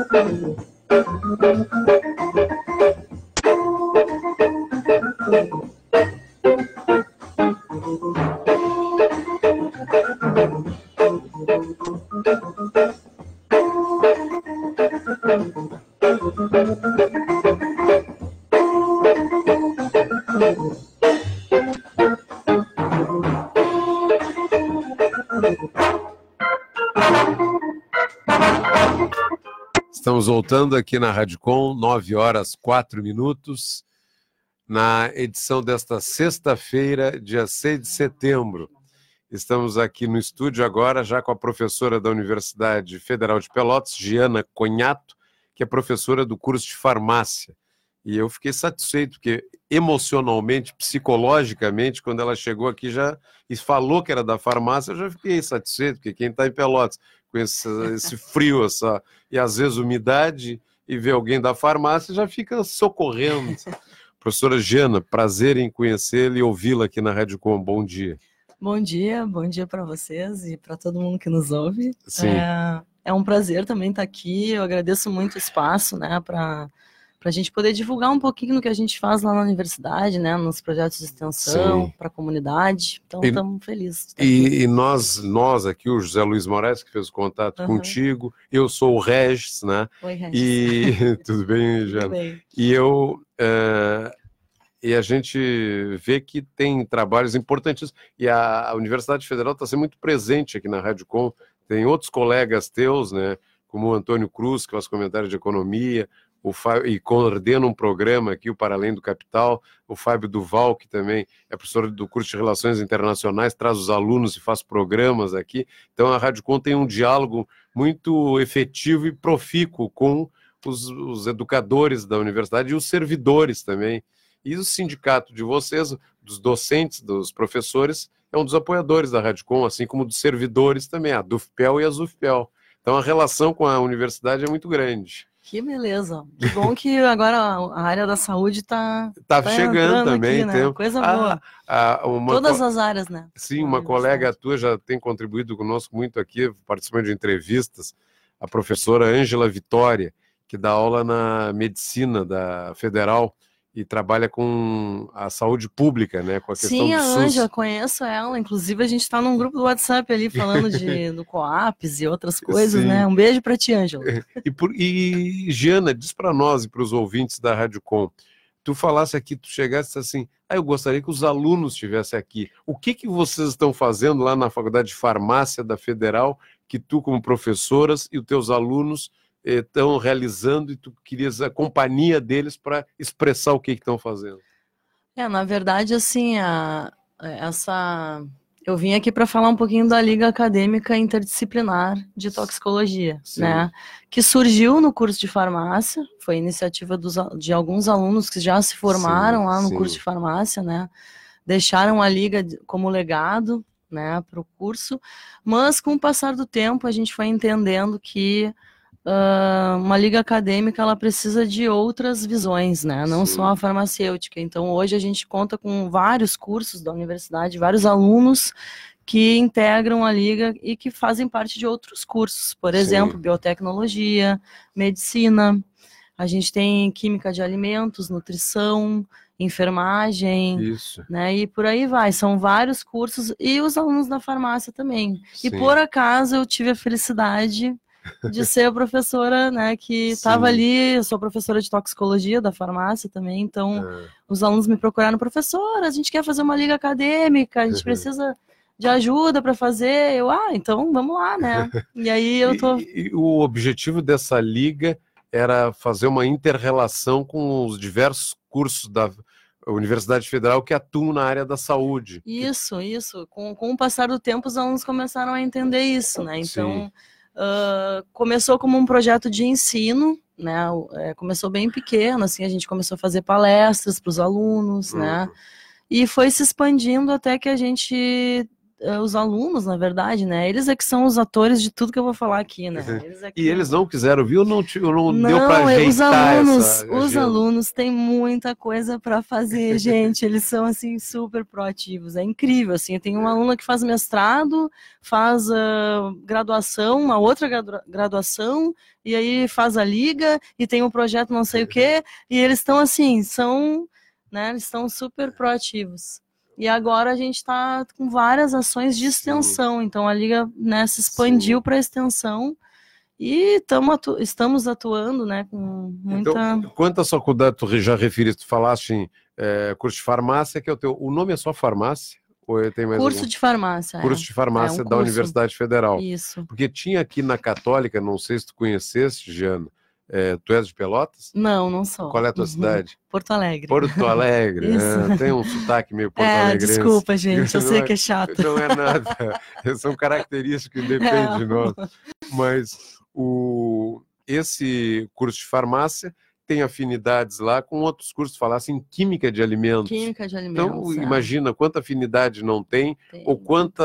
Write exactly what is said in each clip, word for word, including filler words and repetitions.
Estamos voltando aqui na Rádio Com, nove horas, quatro minutos, na edição desta sexta-feira, dia seis de setembro. Estamos aqui no estúdio agora, já com a professora da Universidade Federal de Pelotas, Giana Cognato, que é professora do curso de farmácia. E eu fiquei satisfeito, porque emocionalmente, psicologicamente, quando ela chegou aqui já e falou que era da farmácia, eu já fiquei satisfeito, porque quem está em Pelotas, com esse, esse frio, essa, e às vezes umidade, e vê alguém da farmácia, já fica socorrendo. Professora Giana, prazer em conhecê-la e ouvi-la aqui na Rádio Com. Bom dia. Bom dia, bom dia para vocês e para todo mundo que nos ouve. Sim. É, é um prazer também estar aqui, eu agradeço muito o espaço, né, para para a gente poder divulgar um pouquinho do que a gente faz lá na universidade, né, nos projetos de extensão, para a comunidade. Então, estamos felizes. E, e nós, nós aqui, o José Luiz Moraes, que fez o contato uhum. contigo, eu sou o Regis, né? Oi, Regis. E tudo bem, Jana? Tudo bem. E eu... Uh, e a gente vê que tem trabalhos importantes. E a, a Universidade Federal está sendo muito presente aqui na Rádio Com. Tem outros colegas teus, né? Como o Antônio Cruz, que faz comentário de economia, o Fábio, e coordena um programa aqui, o Para Além do Capital, o Fábio Duval, que também é professor do curso de Relações Internacionais, traz os alunos e faz programas aqui. Então a Rádio Com tem um diálogo muito efetivo e profícuo com os, os educadores da universidade e os servidores também. E o sindicato de vocês, dos docentes, dos professores, é um dos apoiadores da Rádio Com, assim como dos servidores também, a DUFPEL e a ZUFPEL. Então a relação com a universidade é muito grande. Que beleza. Que bom que agora a área da saúde está tá tá chegando também. Aqui, né? Tem... Coisa ah, boa. Ah, uma... Todas as áreas, né? Sim, uma colega tua já tem contribuído conosco muito aqui, participando de entrevistas, a professora Ângela Vitória, que dá aula na medicina da Federal e trabalha com a saúde pública, né? Com a questão Sim, do a SUS. Ângela, conheço ela. Inclusive, a gente está num grupo do WhatsApp ali falando de, do COAPS e outras coisas, Sim. né? Um beijo para ti, Ângela. E, por, e Giana, diz para nós e para os ouvintes da Rádio Com, tu falasse aqui, tu chegasse assim, ah, eu gostaria que os alunos estivessem aqui. O que, que vocês estão fazendo lá na Faculdade de Farmácia da Federal, que tu, como professoras, e os teus alunos estão realizando, e tu querias a companhia deles para expressar o que estão fazendo? É, na verdade, assim, a, essa... eu vim aqui para falar um pouquinho da Liga Acadêmica Interdisciplinar de Toxicologia, Sim. né? Que surgiu no curso de farmácia, foi iniciativa dos, de alguns alunos que já se formaram sim, lá no sim. curso de farmácia, né? Deixaram a Liga como legado, né, para o curso, mas com o passar do tempo a gente foi entendendo que Uh, uma liga acadêmica ela precisa de outras visões, né? Não Sim. só a farmacêutica. Então hoje a gente conta com vários cursos da universidade, vários alunos que integram a liga e que fazem parte de outros cursos, por Sim. exemplo, biotecnologia, medicina, a gente tem química de alimentos, nutrição, enfermagem, Isso. né? E por aí vai, são vários cursos, e os alunos da farmácia também. Sim. E por acaso eu tive a felicidade de ser a professora, né, que estava ali. Eu sou professora de toxicologia da farmácia também, então ah. os alunos me procuraram, professora, a gente quer fazer uma liga acadêmica, a gente uhum. precisa de ajuda para fazer. Eu, ah, então vamos lá, né? E aí eu tô... E, e o objetivo dessa liga era fazer uma inter-relação com os diversos cursos da Universidade Federal que atuam na área da saúde. Isso, isso. Com, com o passar do tempo, os alunos começaram a entender isso, né? Então... Sim. Uh, começou como um projeto de ensino, né? É, começou bem pequeno, assim, a gente começou a fazer palestras para os alunos, uhum. né? E foi se expandindo até que a gente uh, os alunos, na verdade, né? Eles é que são os atores de tudo que eu vou falar aqui, né? Eles é que... E eles não quiseram, viu? Não, não, não deu para ajeitar os alunos, essa os alunos têm muita coisa para fazer, gente. Eles são, assim, super proativos. É incrível, assim. Eu tenho uma aluna que faz mestrado, faz uh, graduação, uma outra gradua graduação, e aí faz a liga, e tem um projeto não sei o quê, e eles estão, assim, são... Né, eles estão super proativos. E agora a gente está com várias ações de extensão. Sim. Então a Liga, né, se expandiu para a extensão e tamo atu estamos atuando, né, com muita... Então, quantas faculdades tu já referiste? Tu falaste em é, curso de farmácia, que é o teu... O nome é só farmácia? Ou tem mais curso algum? de farmácia. Curso é. de farmácia é um da curso. Universidade Federal. Isso. Porque tinha aqui na Católica, não sei se tu conheceste, Giana, É, tu és de Pelotas? Não, não sou. Qual é a tua cidade? Porto Alegre. Porto Alegre, é, tem um sotaque meio Porto é, Alegrense. Desculpa, gente, eu sei é, que é chato. Não é nada, são características que dependem é. de nós. Mas o, esse curso de farmácia tem afinidades lá com outros cursos, falasse em química de alimentos. Química de alimentos. Então, é. imagina quanta afinidade não tem, tem. ou quanta,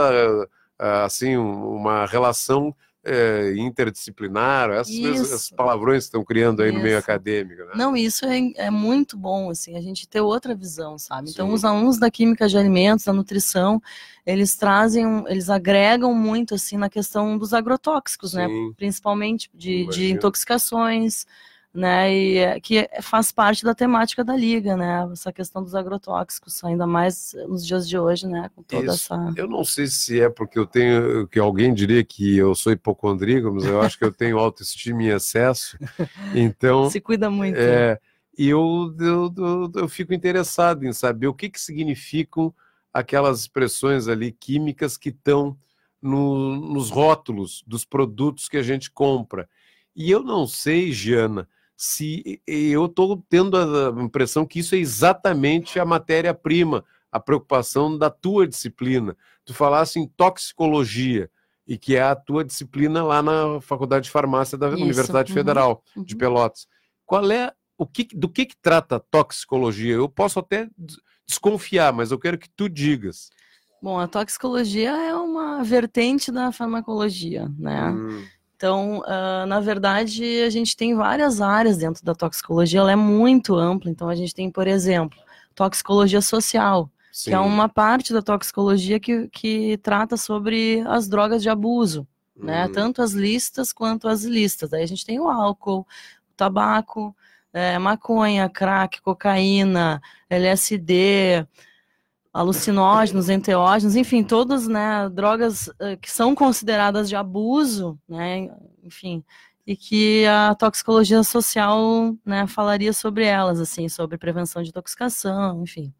assim, uma relação... É, interdisciplinar, essas, essas palavrões que estão criando aí isso. no meio acadêmico. Né? Não, isso é, é muito bom, assim, a gente ter outra visão, sabe? Sim. Então, os alunos da química de alimentos, da nutrição, eles trazem, eles agregam muito, assim, na questão dos agrotóxicos, Sim. né? Principalmente de, de intoxicações, né? E que faz parte da temática da Liga, né? Essa questão dos agrotóxicos, ainda mais nos dias de hoje, né? Com toda Isso. essa... Eu não sei se é porque eu tenho, que alguém diria que eu sou hipocondríaco, mas eu acho que eu tenho autoestima em excesso, então... Se cuida muito. É, e eu, eu, eu, eu fico interessado em saber o que que significam aquelas expressões ali químicas que estão no, nos rótulos dos produtos que a gente compra. E eu não sei, Giana, se eu estou tendo a impressão que isso é exatamente a matéria-prima, a preocupação da tua disciplina. Tu falasse em toxicologia, e que é a tua disciplina lá na Faculdade de Farmácia da isso. Universidade uhum. Federal uhum. de Pelotas. Qual é, o que, do que, que trata a toxicologia? Eu posso até desconfiar, mas eu quero que tu digas. Bom, a toxicologia é uma vertente da farmacologia, né? Hum. Então, uh, na verdade, a gente tem várias áreas dentro da toxicologia, ela é muito ampla. Então, a gente tem, por exemplo, toxicologia social, Sim. que é uma parte da toxicologia que, que trata sobre as drogas de abuso, hum. né? Tanto as listas quanto as ilícitas. Aí a gente tem o álcool, o tabaco, é, maconha, crack, cocaína, L S D... alucinógenos, enteógenos, enfim, todas, né, drogas uh, que são consideradas de abuso, né, enfim, e que a toxicologia social, né, falaria sobre elas, assim, sobre prevenção de intoxicação, enfim.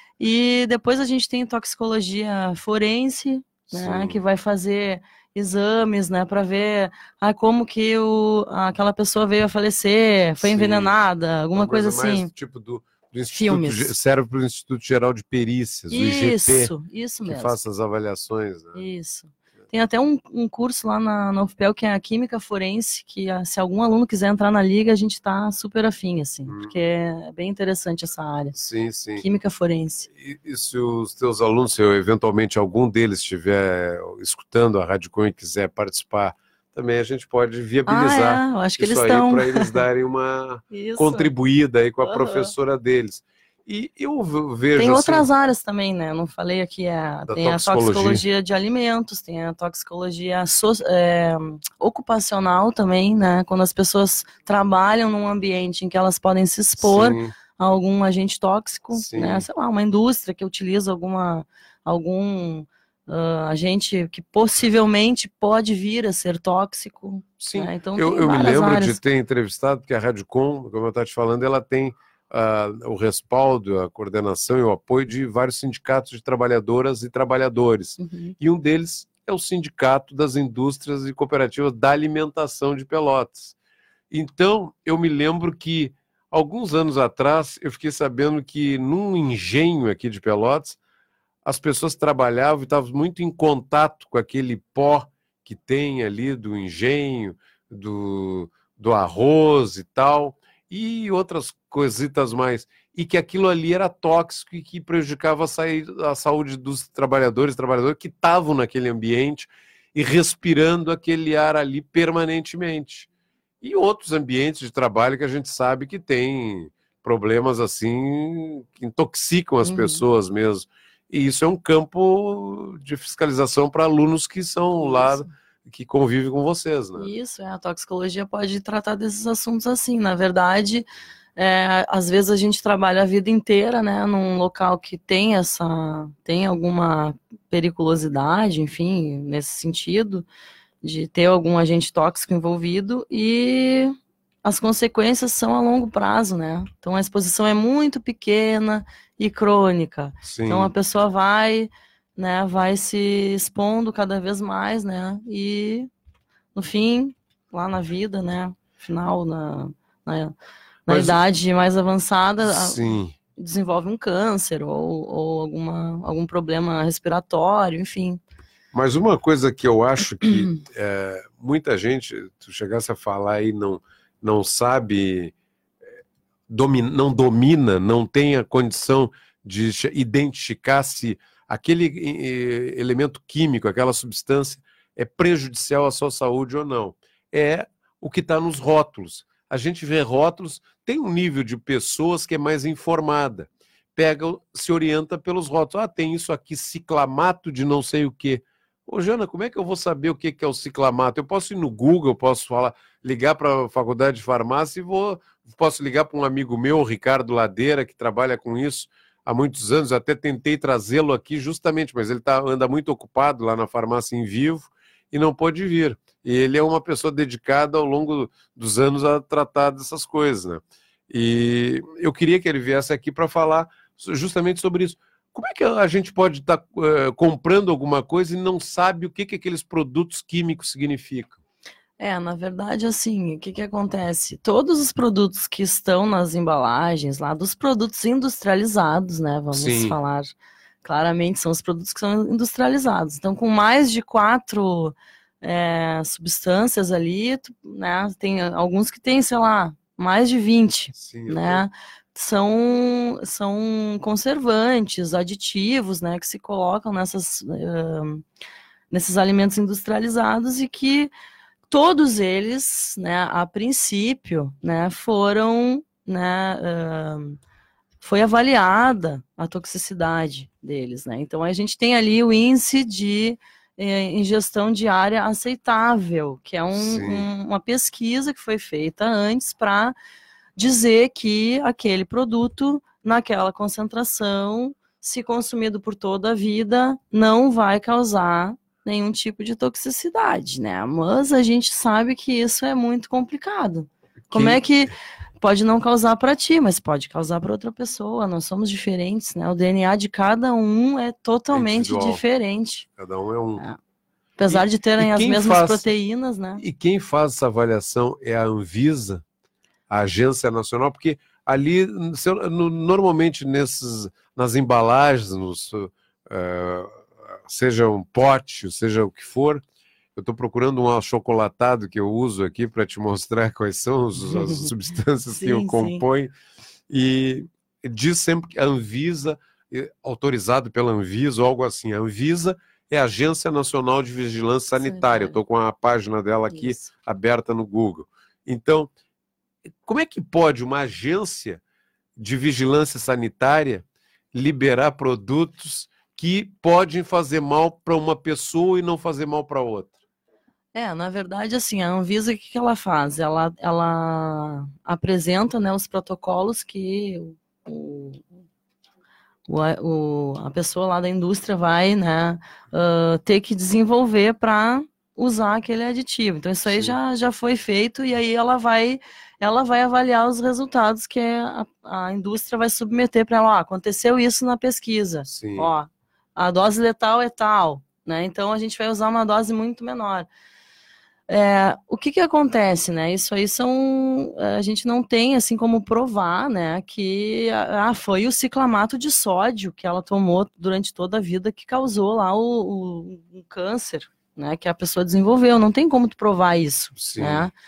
E depois a gente tem toxicologia forense, né, que vai fazer exames, né, para ver ah, como que o, aquela pessoa veio a falecer, foi Sim. envenenada, alguma Uma coisa, coisa assim. Mais, tipo do do Instituto, serve para o Instituto Geral de Perícias, isso, o I G P, isso, isso mesmo. que faça as avaliações. Né? Isso. Tem até um, um curso lá na, na U F P E L que é a Química Forense, que se algum aluno quiser entrar na Liga, a gente está super afim, assim, hum. porque é bem interessante essa área. Sim, sim. Química Forense. E, e se os teus alunos, se eventualmente algum deles estiver escutando a Rádio Com e quiser participar, também a gente pode viabilizar ah, é. Eu acho que isso eles aí para eles darem uma contribuída aí com a uhum. professora deles. E eu vejo Tem assim, outras áreas também, né? Eu não falei aqui, é, tem toxicologia. a toxicologia de alimentos, tem a toxicologia so, é, ocupacional também, né? Quando as pessoas trabalham num ambiente em que elas podem se expor Sim. a algum agente tóxico, Sim. né? Sei lá, uma indústria que utiliza alguma, algum Uh, a gente que possivelmente pode vir a ser tóxico. Sim, né? Então, eu, eu me lembro áreas. de ter entrevistado, porque a Rádio Com, como eu estava te falando, ela tem uh, o respaldo, a coordenação e o apoio de vários sindicatos de trabalhadoras e trabalhadores. Uhum. E um deles é o Sindicato das Indústrias e Cooperativas da Alimentação de Pelotas. Então, eu me lembro que, alguns anos atrás, eu fiquei sabendo que num engenho aqui de Pelotas, as pessoas trabalhavam e estavam muito em contato com aquele pó que tem ali do engenho, do, do arroz e tal, e outras coisitas mais, e que aquilo ali era tóxico e que prejudicava a, sair, a saúde dos trabalhadores, trabalhadores que estavam naquele ambiente e respirando aquele ar ali permanentemente. E outros ambientes de trabalho que a gente sabe que tem problemas assim, que intoxicam as uhum. pessoas mesmo. E isso é um campo de fiscalização para alunos que são isso. lá, que convivem com vocês, né? Isso, é, a toxicologia pode tratar desses assuntos assim. Na verdade, é, às vezes a gente trabalha a vida inteira, né, num local que tem essa, tem alguma periculosidade, enfim, nesse sentido, de ter algum agente tóxico envolvido, e as consequências são a longo prazo, né? Então a exposição é muito pequena e crônica. Sim. Então a pessoa vai, né, vai se expondo cada vez mais, né? E no fim, lá na vida, né, final, na, na, na Mas, idade mais avançada, sim. desenvolve um câncer ou, ou alguma, algum problema respiratório, enfim. Mas uma coisa que eu acho que é, muita gente, tu chegasse a falar aí, não, não sabe, domina, não domina, não tem a condição de identificar se aquele elemento químico, aquela substância é prejudicial à sua saúde ou não. É o que está nos rótulos. A gente vê rótulos, tem um nível de pessoas que é mais informada. Pega, se orienta pelos rótulos. Ah, tem isso aqui, ciclamato de não sei o quê. Ô, Jana, como é que eu vou saber o que é o ciclamato? Eu posso ir no Google, posso falar, ligar para a faculdade de farmácia e vou, posso ligar para um amigo meu, o Ricardo Ladeira, que trabalha com isso há muitos anos. Eu até tentei trazê-lo aqui justamente, mas ele tá, anda muito ocupado lá na farmácia em Vivo e não pôde vir. E ele é uma pessoa dedicada ao longo dos anos a tratar dessas coisas, né? E eu queria que ele viesse aqui para falar justamente sobre isso. Como é que a gente pode estar tá, uh, comprando alguma coisa e não sabe o que, que aqueles produtos químicos significam? É, na verdade, assim, o que, que acontece? Todos os produtos que estão nas embalagens lá, dos produtos industrializados, né, vamos Sim. falar claramente, são os produtos que são industrializados. Então, com mais de quatro é, substâncias ali, né, tem alguns que tem, sei lá, mais de vinte, Sim, né, tô... São, são conservantes, aditivos, né, que se colocam nessas, uh, nesses alimentos industrializados e que todos eles, né, a princípio, né, foram, né, uh, foi avaliada a toxicidade deles, né. Então a gente tem ali o índice de eh, ingestão diária aceitável, que é um, um, uma pesquisa que foi feita antes para dizer que aquele produto, naquela concentração, se consumido por toda a vida, não vai causar nenhum tipo de toxicidade, né? Mas a gente sabe que isso é muito complicado. Como que... é que pode não causar para ti, mas pode causar para outra pessoa? Nós somos diferentes, né? O D N A de cada um é totalmente é diferente. Cada um é um. É. Apesar e, de terem as mesmas faz... proteínas, né? E quem faz essa avaliação é a Anvisa, a Agência Nacional, porque ali, normalmente, nesses, nas embalagens, nos, uh, seja um pote, seja o que for, eu estou procurando um achocolatado que eu uso aqui para te mostrar quais são as substâncias sim, que o compõem, e diz sempre que a Anvisa, autorizado pela Anvisa ou algo assim, a Anvisa é a Agência Nacional de Vigilância Sanitária, estou com a página dela aqui Isso. aberta no Google. Então, como é que pode uma agência de vigilância sanitária liberar produtos que podem fazer mal para uma pessoa e não fazer mal para outra? É, na verdade, assim, a Anvisa, o que, que ela faz? Ela, ela apresenta, né, os protocolos que o, o, o, a pessoa lá da indústria vai, né, uh, ter que desenvolver para usar aquele aditivo. Então isso aí já, já foi feito e aí ela vai ela vai avaliar os resultados que a, a indústria vai submeter para ela. Ó, aconteceu isso na pesquisa. Sim. Ó, a dose letal é tal, né? Então a gente vai usar uma dose muito menor. É, o que que acontece, né? Isso aí são, a gente não tem assim como provar, né? Que ah, foi o ciclamato de sódio que ela tomou durante toda a vida que causou lá o, o, o câncer, né? Que a pessoa desenvolveu. Não tem como tu provar isso, Sim. né?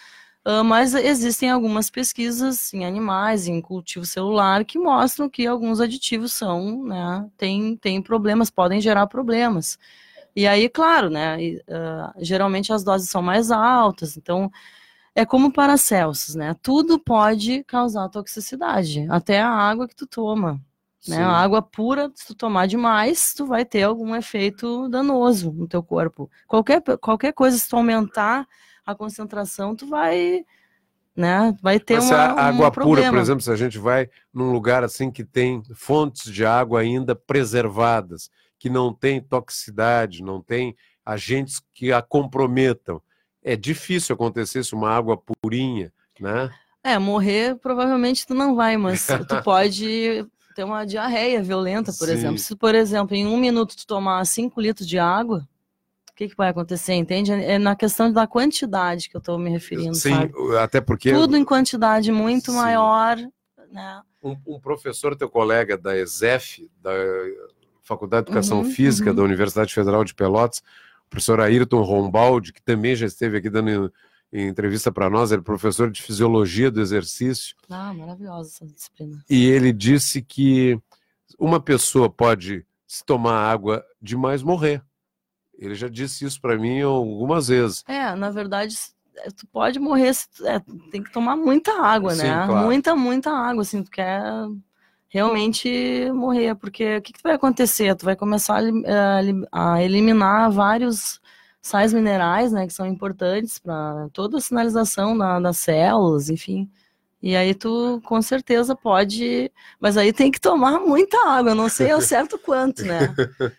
Uh, mas existem algumas pesquisas em animais, em cultivo celular, que mostram que alguns aditivos são, né, tem, tem problemas, podem gerar problemas. E aí, claro, né, uh, geralmente as doses são mais altas, então é como Paracelsus, né, tudo pode causar toxicidade, até a água que tu toma. Né? A água pura, se tu tomar demais, tu vai ter algum efeito danoso no teu corpo. Qualquer, qualquer coisa, se tu aumentar a concentração, tu vai, né, vai ter Mas uma, a água um pura, problema. por exemplo, se a gente vai num lugar assim que tem fontes de água ainda preservadas, que não tem toxicidade, não tem agentes que a comprometam, é difícil acontecer se uma água purinha, né? É, morrer provavelmente tu não vai, mas tu pode ter uma diarreia violenta, por Sim. exemplo. Se, por exemplo, em um minuto tu tomar cinco litros de água, o que, que vai acontecer, entende? É na questão da quantidade que eu estou me referindo, Sim, sabe? até porque... Tudo em quantidade muito Sim. maior, né? Um, um professor, teu colega da ESEF, da Faculdade de Educação Uhum, Física uhum. da Universidade Federal de Pelotas, o professor Ayrton Rombaldi, que também já esteve aqui dando em entrevista para nós, ele é professor de Fisiologia do Exercício. Ah, maravilhosa essa disciplina. E ele disse que uma pessoa pode, se tomar água demais, morrer. Ele já disse isso para mim algumas vezes. É, na verdade, tu pode morrer, se tu, é, tem que tomar muita água, Sim, né? claro. Muita, muita água, assim, tu quer realmente morrer, porque o que, que vai acontecer? Tu vai começar a, a eliminar vários sais minerais, né, que são importantes para toda a sinalização da, das células, enfim. E aí tu, com certeza, pode... Mas aí tem que tomar muita água, eu não sei ao certo quanto, né?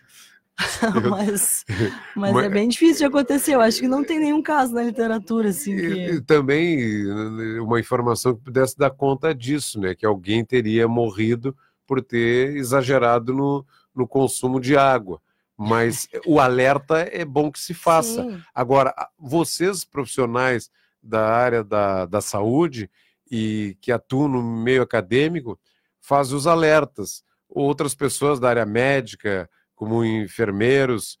mas mas, mas é bem difícil de acontecer. Eu acho que não tem nenhum caso na literatura assim que... E, e também uma informação que pudesse dar conta disso, né? Que alguém teria morrido por ter exagerado no, no consumo de água. Mas o alerta é bom que se faça. Sim. Agora, vocês profissionais da área da, da saúde e que atuam no meio acadêmico, fazem os alertas. Outras pessoas da área médica, como enfermeiros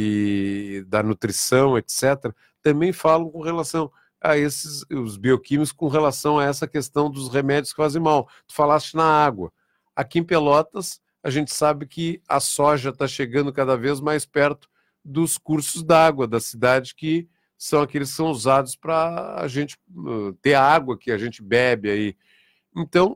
e da nutrição, etcétera, também falam com relação a esses, os bioquímicos, com relação a essa questão dos remédios que fazem mal. Tu falaste na água. Aqui em Pelotas, a gente sabe que a soja está chegando cada vez mais perto dos cursos d'água da cidade, que são aqueles que são usados para a gente uh, ter água que a gente bebe aí. Então,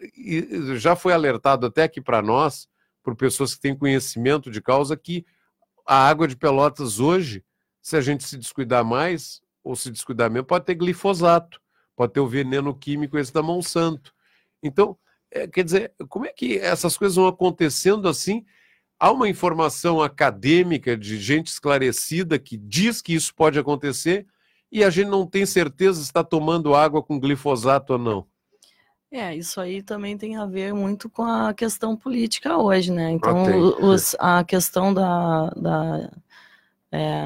já foi alertado até aqui para nós, por pessoas que têm conhecimento de causa, que a água de Pelotas hoje, se a gente se descuidar mais, ou se descuidar menos, pode ter glifosato, pode ter o veneno químico esse da Monsanto. Então, é, quer dizer, como é que essas coisas vão acontecendo assim? Há uma informação acadêmica de gente esclarecida que diz que isso pode acontecer e a gente não tem certeza se está tomando água com glifosato ou não. É, isso aí também tem a ver muito com a questão política hoje, né? Então, Ah, os, a questão da, da é,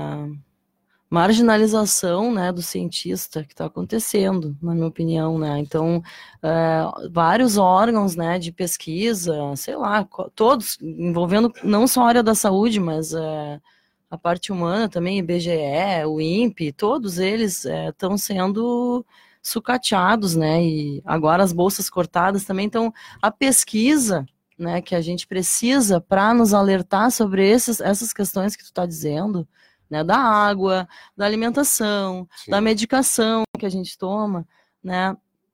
marginalização, né, do cientista que está acontecendo, na minha opinião, né? Então, é, vários órgãos, né, de pesquisa, sei lá, todos, envolvendo não só a área da saúde, mas é, a parte humana também, I B G E, o INPE, todos eles estão é, sendo sucateados, né, e agora as bolsas cortadas também. Então, a pesquisa, né, que a gente precisa para nos alertar sobre esses, essas questões que tu está dizendo, né, da água, da alimentação, Sim. da medicação que a gente toma, né,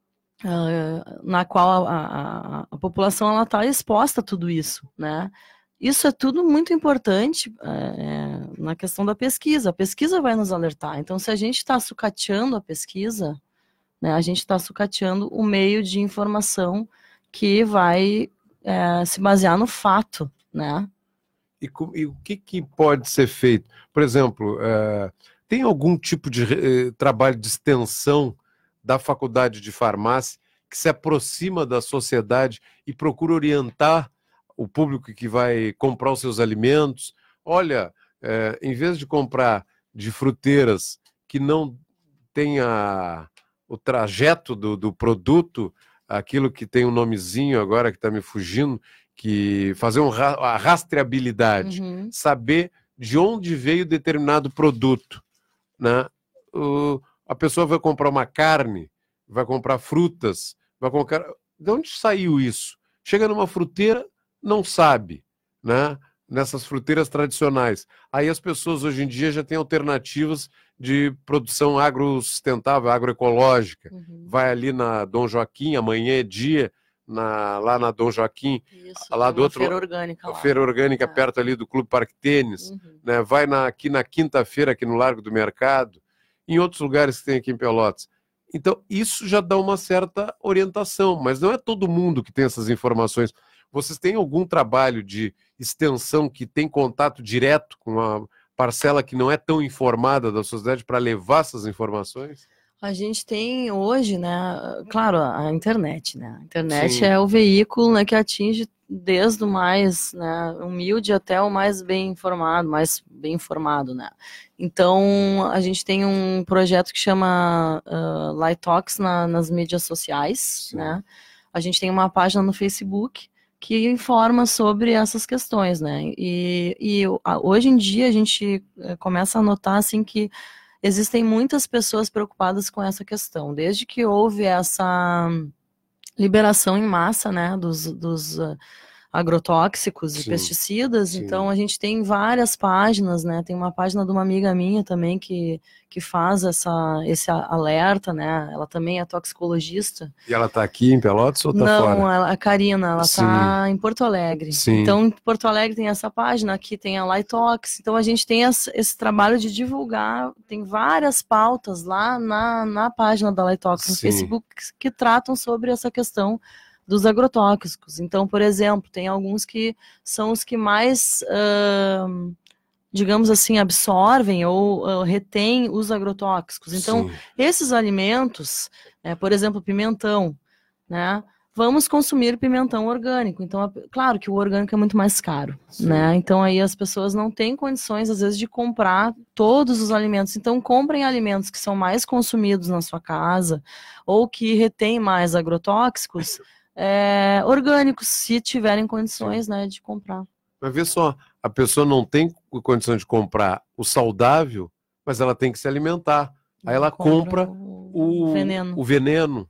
uh, na qual a, a, a população está exposta a tudo isso, né. Isso é tudo muito importante é, na questão da pesquisa. A pesquisa vai nos alertar. Então, se a gente está sucateando a pesquisa, né, a gente está sucateando o meio de informação que vai é, se basear no fato, né? E, e o que, que pode ser feito? Por exemplo, uh, tem algum tipo de uh, trabalho de extensão da faculdade de farmácia que se aproxima da sociedade e procura orientar o público que vai comprar os seus alimentos? Olha, uh, em vez de comprar de fruteiras que não tenha o trajeto do, do produto, aquilo que tem um nomezinho agora que está me fugindo, que fazer um, a rastreabilidade, uhum. saber de onde veio determinado produto, né? O, A pessoa vai comprar uma carne, vai comprar frutas, vai comprar... De onde saiu isso? Chega numa fruteira, não sabe, né? Nessas fruteiras tradicionais. Aí as pessoas hoje em dia já têm alternativas de produção agrosustentável, agroecológica. Uhum. Vai ali na Dom Joaquim, amanhã é dia, na, lá na Dom Joaquim, Isso, lá do outro, feira orgânica. A lá. feira orgânica é. perto ali do Clube Parque Tênis, uhum. né? Vai na, aqui na quinta-feira, aqui no Largo do Mercado, em outros lugares que tem aqui em Pelotas. Então, isso já dá uma certa orientação, mas não é todo mundo que tem essas informações. Vocês têm algum trabalho de extensão que tem contato direto com a parcela que não é tão informada da sociedade para levar essas informações? A gente tem hoje, né, claro, a internet, né? A internet Sim. é o veículo, né, que atinge desde o mais, né, humilde até o mais bem informado, mais bem informado, né? Então, a gente tem um projeto que chama uh, Light Talks na, nas mídias sociais, Sim. né? A gente tem uma página no Facebook que informa sobre essas questões, né? E, e hoje em dia a gente começa a notar, assim, que existem muitas pessoas preocupadas com essa questão. Desde que houve essa liberação em massa, né, dos, dos uh, agrotóxicos Sim. e pesticidas, Sim. então a gente tem várias páginas, né, tem uma página de uma amiga minha também que, que faz essa, esse alerta, né, ela também é toxicologista. E ela está aqui em Pelotas ou está fora? Não, ela, a Karina, ela está em Porto Alegre. Sim. Então, em Porto Alegre tem essa página, aqui tem a Lightox, então a gente tem esse, esse trabalho de divulgar, tem várias pautas lá na, na página da Lightox, no Sim. Facebook, que, que tratam sobre essa questão dos agrotóxicos. Então, por exemplo, tem alguns que são os que mais, uh, digamos assim, absorvem ou uh, retêm os agrotóxicos. Então, Sim. esses alimentos, né, por exemplo, pimentão, né, vamos consumir pimentão orgânico. Então, claro que o orgânico é muito mais caro, Sim. né? Então, aí as pessoas não têm condições, às vezes, de comprar todos os alimentos. Então, comprem alimentos que são mais consumidos na sua casa ou que retêm mais agrotóxicos, É, orgânicos, se tiverem condições, né, de comprar. Mas vê só, a pessoa não tem condição de comprar o saudável, mas ela tem que se alimentar. Aí ela compra, compra o, o veneno. O veneno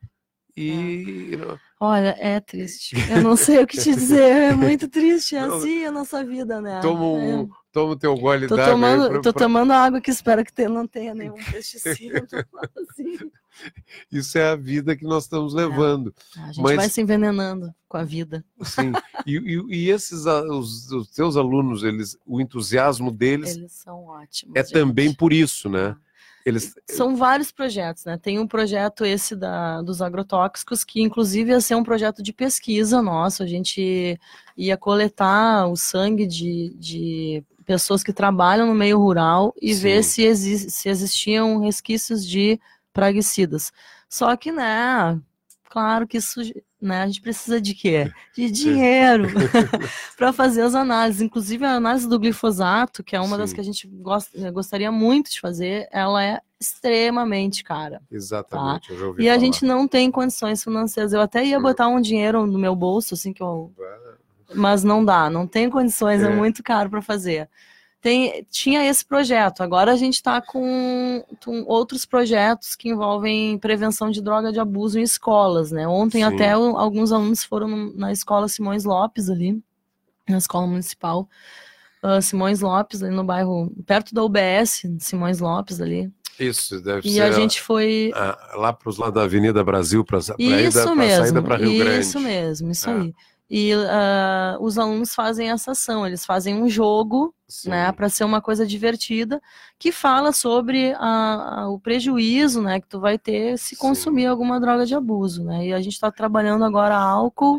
e... É. Olha, é triste. Eu não sei o que te dizer. É muito triste. É assim a nossa vida, né? Toma um, é. toma o teu gole tô d'água. Tomando, pra, tô pra... tomando água que espero que tenha, não tenha nenhum pesticida. assim. Isso é a vida que nós estamos levando. É. A gente Mas... vai se envenenando com a vida. Sim. E, e, e esses, os, os teus alunos, eles, o entusiasmo deles... Eles são ótimos. É gente. também por isso, né? Eles... São vários projetos, né? Tem um projeto esse da, dos agrotóxicos, que inclusive ia ser um projeto de pesquisa nosso. A gente ia coletar o sangue de, de pessoas que trabalham no meio rural e Sim. ver se, exi se existiam resquícios de praguicidas. Só que, né, claro que isso, né, a gente precisa de quê? De dinheiro para fazer as análises. Inclusive, a análise do glifosato, que é uma Sim. das que a gente gosta, gostaria muito de fazer, ela é extremamente cara. Exatamente, tá? eu já ouvi E falar. A gente não tem condições financeiras. Eu até ia botar um dinheiro no meu bolso, assim, que eu... mas não dá, não tem condições, é, é muito caro para fazer. Tem, tinha esse projeto, agora a gente está com, com outros projetos que envolvem prevenção de droga de abuso em escolas, né? Ontem Sim. até o, alguns alunos foram na escola Simões Lopes ali, na escola municipal uh, Simões Lopes, ali no bairro, perto da U B S, Simões Lopes ali. Isso, deve e ser. E a gente foi... A, lá para os lados da Avenida Brasil, para a saída para Rio Grande. Isso mesmo, isso é. aí. E uh, os alunos fazem essa ação, eles fazem um jogo, Sim. né, para ser uma coisa divertida, que fala sobre a, a, o prejuízo, né, que tu vai ter se consumir Sim. alguma droga de abuso, né, e a gente está trabalhando agora álcool,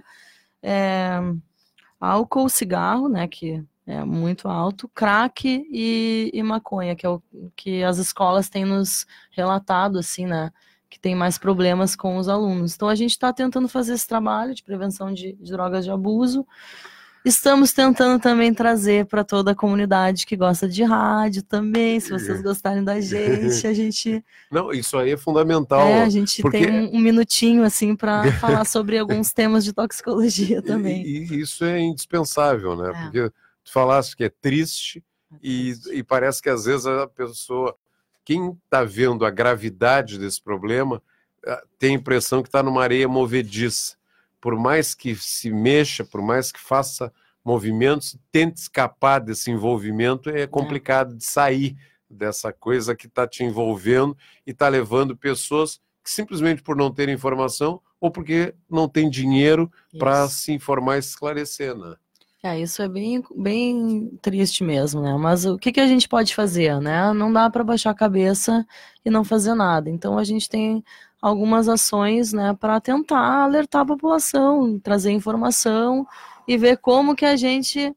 é, álcool, cigarro, né, que é muito alto, crack e, e maconha, que é o que as escolas têm nos relatado, assim, né, que tem mais problemas com os alunos. Então, a gente está tentando fazer esse trabalho de prevenção de, de drogas de abuso. Estamos tentando também trazer para toda a comunidade que gosta de rádio também, se vocês gostarem da gente, a gente... Não, isso aí é fundamental. É, a gente porque... tem um, um minutinho, assim, para falar sobre alguns temas de toxicologia também. E, e isso é indispensável, né? É. Porque tu falaste que é triste, é e, triste e parece que às vezes a pessoa... quem está vendo a gravidade desse problema tem a impressão que está numa areia movediça. Por mais que se mexa, por mais que faça movimentos, tente escapar desse envolvimento, é complicado de sair dessa coisa que está te envolvendo e está levando pessoas que simplesmente por não ter informação ou porque não tem dinheiro para se informar e se esclarecer, né? É, isso é bem, bem triste mesmo, né? Mas o que, que a gente pode fazer, né? Não dá para baixar a cabeça e não fazer nada. Então a gente tem algumas ações, né, para tentar alertar a população, trazer informação e ver como que a gente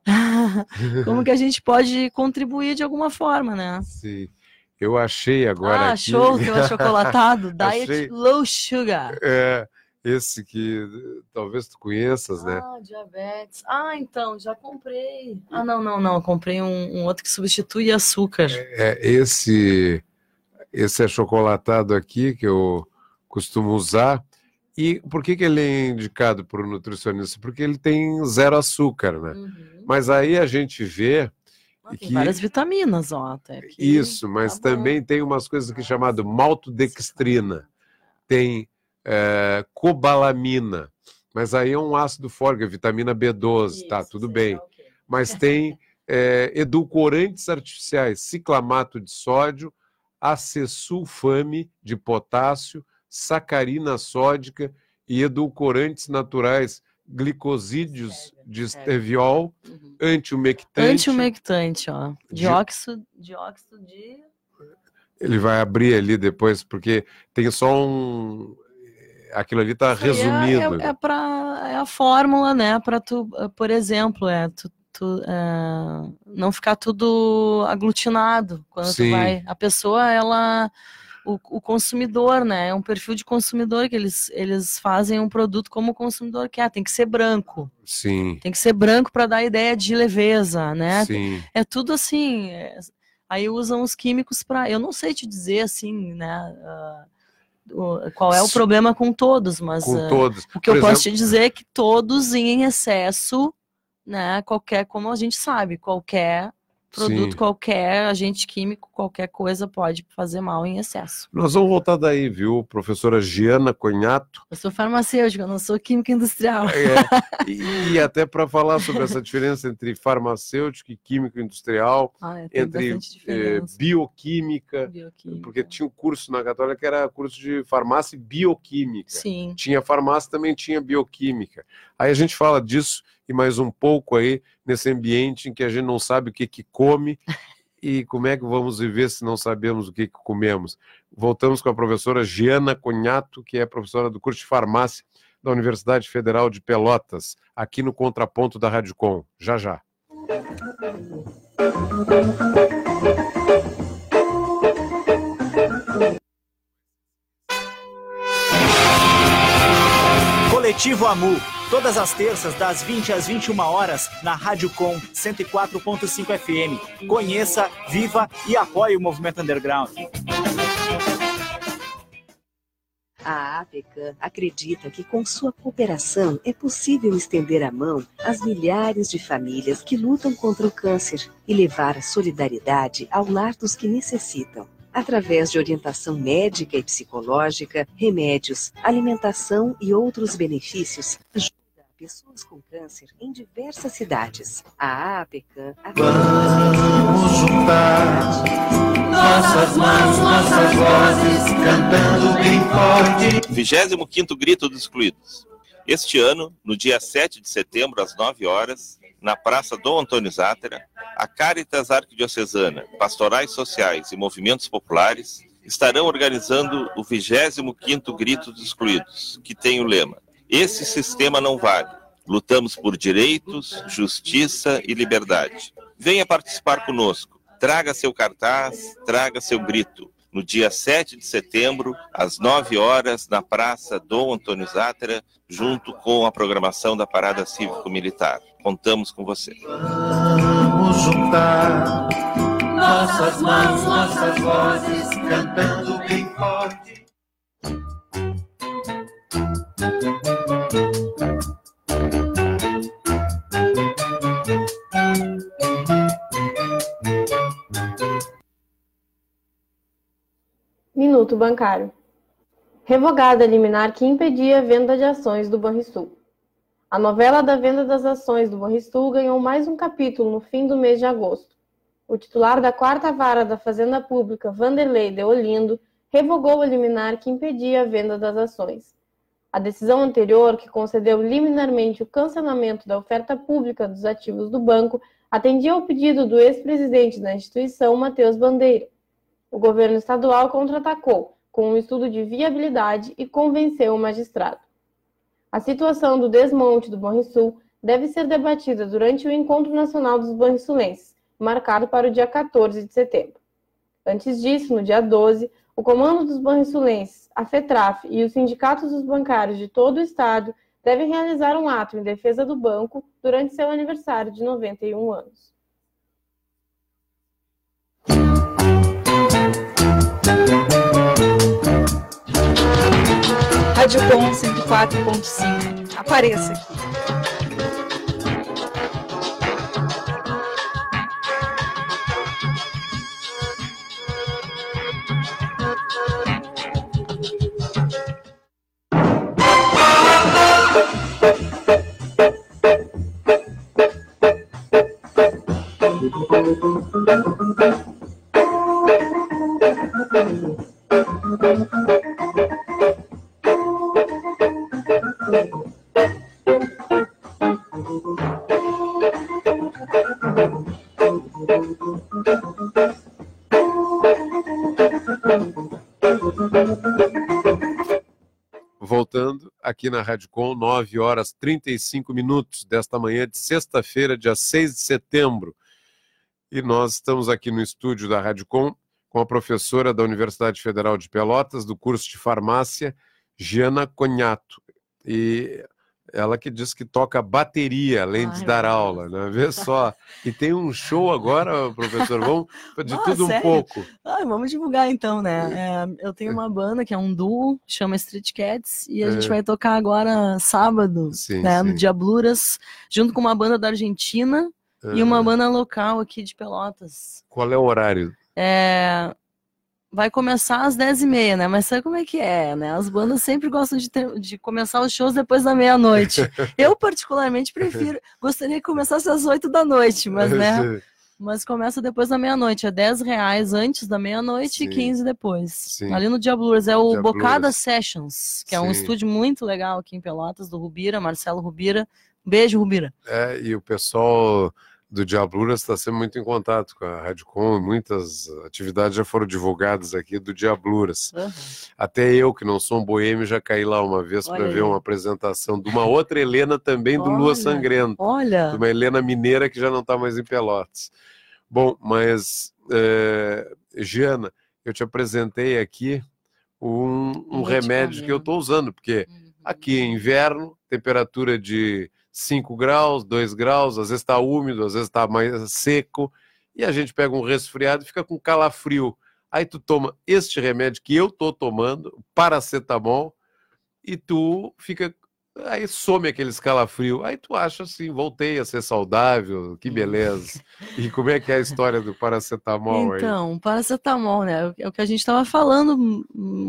como que a gente pode contribuir de alguma forma, né? Sim. Eu achei agora Ah, aqui... show, teu achocolatado, Diet achei... Low Sugar. É, esse que talvez tu conheças, né? Ah, diabetes. Ah, então, já comprei. Ah, não, não, não, comprei um, um outro que substitui açúcar. É, esse, esse achocolatado aqui que eu costumo usar. E por que, que ele é indicado por um nutricionista? Porque ele tem zero açúcar, né? Uhum. Mas aí a gente vê... Ah, tem que... várias vitaminas, ó. Até aqui. Isso, mas tá também tem umas coisas que é chamado maltodextrina. Tem é, cobalamina, mas aí é um ácido fólico, é vitamina B doze, isso, tá, tudo bem. É okay. Mas tem é, edulcorantes artificiais, ciclamato de sódio, acesulfame de potássio, sacarina sódica e edulcorantes naturais, glicosídeos de esteviol, uhum. antiumectante. Antiumectante, ó. Dióxido, dióxido de... Ele vai abrir ali depois, porque tem só um... Aquilo ali está resumido. É, é, é, pra, é a fórmula, né? Para tu, por exemplo, é tu, tu é, não ficar tudo aglutinado quando Sim. tu vai. A pessoa, ela... O, o consumidor, né? É um perfil de consumidor que eles, eles fazem um produto como o consumidor quer. Tem que ser branco. Sim. Tem que ser branco para dar ideia de leveza, né? Sim. É tudo assim. É, aí usam os químicos para. Eu não sei te dizer assim, né? Uh, qual é o problema com todos, mas com uh, todos. o que Por eu exemplo... posso te dizer é que todos em excesso, né? Qualquer, como a gente sabe, qualquer produto, Sim. qualquer agente químico, qualquer coisa pode fazer mal em excesso. Nós vamos voltar daí, viu, professora Giana Cognato? Eu sou farmacêutica, eu não sou química industrial. É, e, e até para falar sobre essa diferença entre farmacêutico e químico industrial, ah, é, entre eh, bioquímica, bioquímica, porque tinha um curso na Católica que era curso de farmácia e bioquímica. Sim. Tinha farmácia, também tinha bioquímica. Aí a gente fala disso e mais um pouco aí nesse ambiente em que a gente não sabe o que que come e como é que vamos viver se não sabemos o que que comemos. Voltamos com a professora Giana Cognato, que é professora do curso de farmácia da Universidade Federal de Pelotas, aqui no Contraponto da Rádio Com. Já, já. Coletivo AMU, todas as terças das vinte às vinte e uma horas na Rádio Com cento e quatro ponto cinco F M. Conheça, viva e apoie o movimento underground. A APECAM acredita que com sua cooperação é possível estender a mão às milhares de famílias que lutam contra o câncer e levar a solidariedade ao lar dos que necessitam. Através de orientação médica e psicológica, remédios, alimentação e outros benefícios, ajuda pessoas com câncer em diversas cidades. A APECAM... Vamos juntar nossas mãos, nossas vozes, cantando bem forte. vigésimo quinto Grito dos Excluídos. Este ano, no dia sete de setembro, às nove horas, na Praça Dom Antônio Zátera, a Caritas Arquidiocesana, Pastorais Sociais e Movimentos Populares estarão organizando o vigésimo quinto Grito dos Excluídos, que tem o lema: esse sistema não vale. Lutamos por direitos, justiça e liberdade. Venha participar conosco. Traga seu cartaz, traga seu grito. No dia sete de setembro, às nove horas, na Praça Dom Antônio Zátera, junto com a programação da Parada Cívico-Militar. Contamos com você. Vamos juntar nossas mãos, nossas vozes, cantando bem forte. Minuto Bancário. Revogada a liminar que impedia a venda de ações do Banrisul. A novela da venda das ações do Banrisul ganhou mais um capítulo no fim do mês de agosto. O titular da quarta vara da Fazenda Pública, Vanderlei Deolindo, revogou a liminar que impedia a venda das ações. A decisão anterior, que concedeu liminarmente o cancelamento da oferta pública dos ativos do banco, atendia ao pedido do ex-presidente da instituição, Matheus Bandeira. O governo estadual contra-atacou com um estudo de viabilidade e convenceu o magistrado. A situação do desmonte do Banrisul deve ser debatida durante o Encontro Nacional dos Banrisulenses, marcado para o dia quatorze de setembro. Antes disso, no dia doze, o Comando dos Banrisulenses, a FETRAF e os sindicatos dos bancários de todo o estado devem realizar um ato em defesa do banco durante seu aniversário de noventa e um anos. Rádio Com cento e quatro ponto cinco. Apareça aqui. Voltando aqui na Rádio Com, nove horas e trinta e cinco minutos desta manhã de sexta-feira, dia seis de setembro. E nós estamos aqui no estúdio da Rádio Com com a professora da Universidade Federal de Pelotas, do curso de farmácia, Giana Cognato. E ela que diz que toca bateria, além de Ai, dar aula, né? Vê só. E tem um show agora, professor, vamos de Nossa, tudo um sério? pouco. Ai, vamos divulgar então, né? É, eu tenho uma banda que é um duo, chama Street Cats, e a é. gente vai tocar agora sábado, sim, né, sim. no Diabluras, junto com uma banda da Argentina é. e uma banda local aqui de Pelotas. Qual é o horário? É... Vai começar às dez e meia, né? Mas sabe como é que é, né? As bandas sempre gostam de, ter, de começar os shows depois da meia-noite. Eu, particularmente, prefiro... Gostaria que começasse às oito da noite, mas, né? Mas começa depois da meia-noite. É dez reais antes da meia-noite e quinze depois. Sim. Ali no Diabluras. É o Diabluras. Bocada Sessions, que é Sim. um estúdio muito legal aqui em Pelotas, do Rubira, Marcelo Rubira. Beijo, Rubira. É, e o pessoal do Diabluras está sempre muito em contato com a Rádio Com, muitas atividades já foram divulgadas aqui do Diabluras. Uhum. Até eu, que não sou um boêmio, já caí lá uma vez para ver uma apresentação de uma outra Helena também, do olha, Lua Sangrenta. Olha! De uma Helena mineira que já não está mais em Pelotas. Bom, mas, é, Giana, eu te apresentei aqui um, um remédio que eu estou usando, porque uhum. aqui é inverno, temperatura de cinco graus, dois graus, às vezes está úmido, às vezes está mais seco, e a gente pega um resfriado e fica com calafrio. Aí tu toma este remédio que eu tô tomando, paracetamol, e tu fica... Aí some aqueles calafrio. Aí tu acha assim, voltei a ser saudável, que beleza. E como é que é a história do paracetamol aí? Então, paracetamol, né? É o que a gente estava falando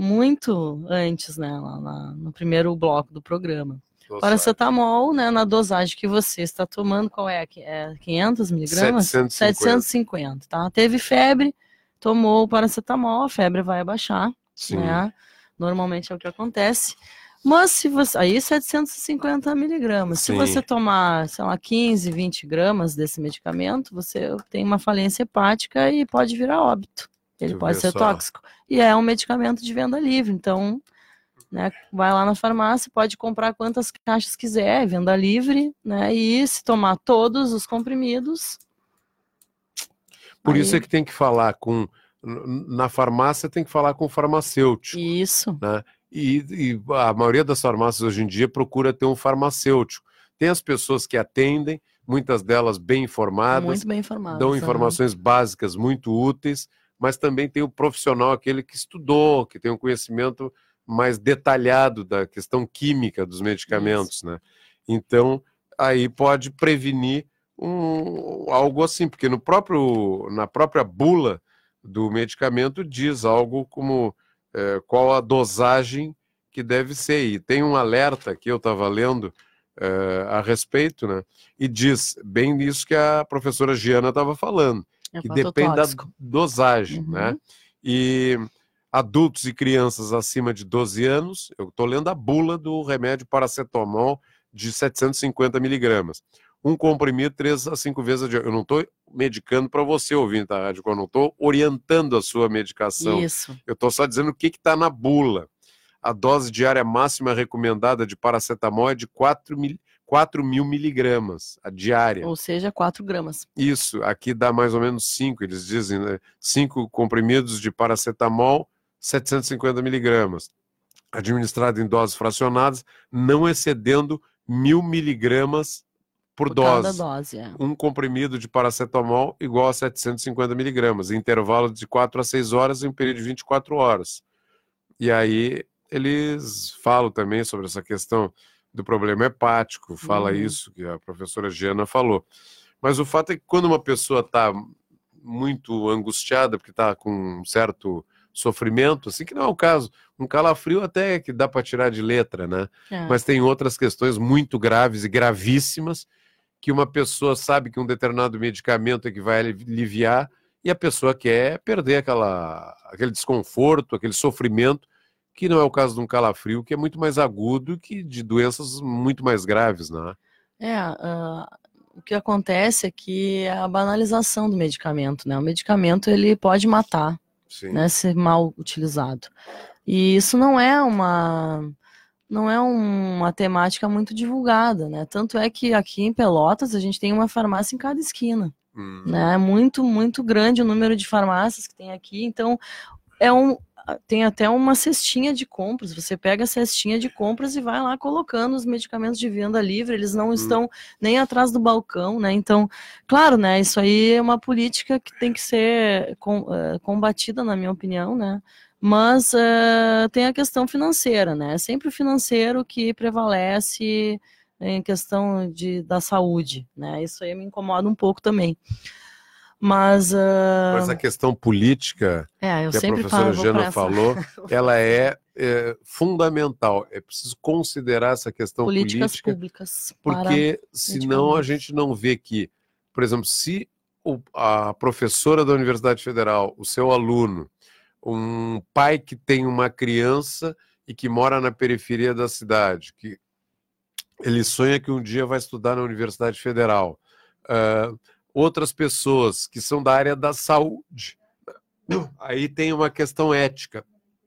muito antes, né? Lá, lá no primeiro bloco do programa. Paracetamol, né, na dosagem que você está tomando, qual é? É quinhentos miligramas? setecentos e cinquenta. setecentos e cinquenta, tá? Teve febre, tomou o paracetamol, a febre vai abaixar, Sim. né? Normalmente é o que acontece. Mas se você... Aí setecentos e cinquenta miligramas. Se você tomar, sei lá, quinze, vinte gramas desse medicamento, você tem uma falência hepática e pode virar óbito. Ele tu pode ser só. tóxico. E é um medicamento de venda livre, então... Né, vai lá na farmácia, pode comprar quantas caixas quiser, venda livre, né, e se tomar todos os comprimidos... Por aí... isso é que tem que falar com... Na farmácia tem que falar com o farmacêutico. Isso. Né? E, e a maioria das farmácias hoje em dia procura ter um farmacêutico. Tem as pessoas que atendem, muitas delas bem informadas, muito bem informadas, dão informações uhum. básicas muito úteis, mas também tem o profissional, aquele que estudou, que tem um conhecimento mais detalhado da questão química dos medicamentos, Isso. né? Então, aí pode prevenir um, algo assim, porque no próprio, na própria bula do medicamento diz algo como é, qual a dosagem que deve ser. E tem um alerta que eu estava lendo é, a respeito, né? E diz bem isso que a professora Giana estava falando, É que depende da hepatotóxico. dosagem, Uhum. né? E adultos e crianças acima de doze anos, eu estou lendo a bula do remédio paracetamol de setecentos e cinquenta miligramas. Um comprimido três a cinco vezes a dia. Eu não estou medicando para você, ouvinte da rádio, eu não estou orientando a sua medicação. Isso. Eu estou só dizendo o que está na bula. A dose diária máxima recomendada de paracetamol é de quatro mil miligramas, a diária. Ou seja, quatro gramas. Isso, aqui dá mais ou menos cinco, eles dizem, né? cinco comprimidos de paracetamol, setecentos e cinquenta miligramas. Administrado em doses fracionadas, não excedendo mil miligramas por, Por dose. cada dose, é. Um comprimido de paracetamol igual a setecentos e cinquenta miligramas, intervalo de quatro a seis horas em um período de vinte e quatro horas. E aí eles falam também sobre essa questão do problema hepático, fala Uhum. isso que a professora Giana falou. Mas o fato é que quando uma pessoa está muito angustiada, porque está com um certo sofrimento, assim que não é o caso, um calafrio até que dá para tirar de letra, né? É. Mas tem outras questões muito graves e gravíssimas que uma pessoa sabe que um determinado medicamento é que vai aliviar e a pessoa quer perder aquela, aquele desconforto, aquele sofrimento, que não é o caso de um calafrio, que é muito mais agudo que de doenças muito mais graves, né? É, uh, o que acontece é que é a banalização do medicamento, né? O medicamento, ele pode matar, Sim. né, se mal utilizado. E isso não é uma... não é uma temática muito divulgada, né? Tanto é que aqui em Pelotas a gente tem uma farmácia em cada esquina, Hum. né? É muito, muito grande o número de farmácias que tem aqui, então é um, tem até uma cestinha de compras, você pega a cestinha de compras e vai lá colocando os medicamentos de venda livre, eles não estão nem atrás do balcão, né? Então, claro, né? Isso aí é uma política que tem que ser com, uh, combatida, na minha opinião, né? Mas uh, tem a questão financeira, né? É sempre o financeiro que prevalece em questão de, da saúde, né? Isso aí me incomoda um pouco também. Mas, uh... Mas a questão política é, eu que a sempre professora falo, Giana essa... falou, ela é, é fundamental. É preciso considerar essa questão políticas política, públicas, porque senão a gente não vê que, por exemplo, se o, a professora da Universidade Federal, o seu aluno, um pai que tem uma criança e que mora na periferia da cidade, que ele sonha que um dia vai estudar na Universidade Federal, uh, outras pessoas que são da área da saúde, aí tem uma questão ética.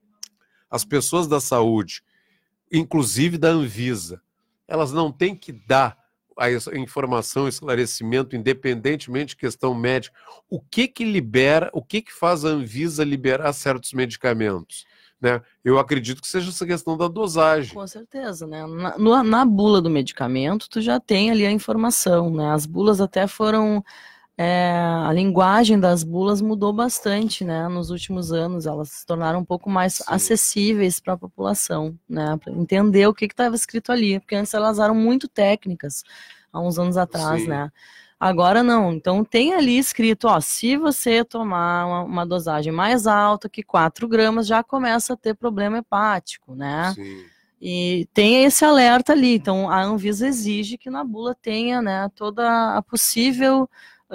As pessoas da saúde, inclusive da Anvisa, elas não têm que dar a informação, esclarecimento, independentemente de questão médica. O que que libera, o que que faz a Anvisa liberar certos medicamentos? Né? Eu acredito que seja essa questão da dosagem. Com certeza, né? Na, no, na bula do medicamento, tu já tem ali a informação, né? As bulas até foram... É, a linguagem das bulas mudou bastante, né? Nos últimos anos, elas se tornaram um pouco mais Sim. acessíveis para a população, né? Para entender o que estava escrito ali, porque antes elas eram muito técnicas, há uns anos atrás, Sim. né? Agora não, então tem ali escrito, ó, se você tomar uma, uma dosagem mais alta que quatro gramas, já começa a ter problema hepático, né? Sim. E tem esse alerta ali, então a Anvisa exige que na bula tenha, né, toda a possível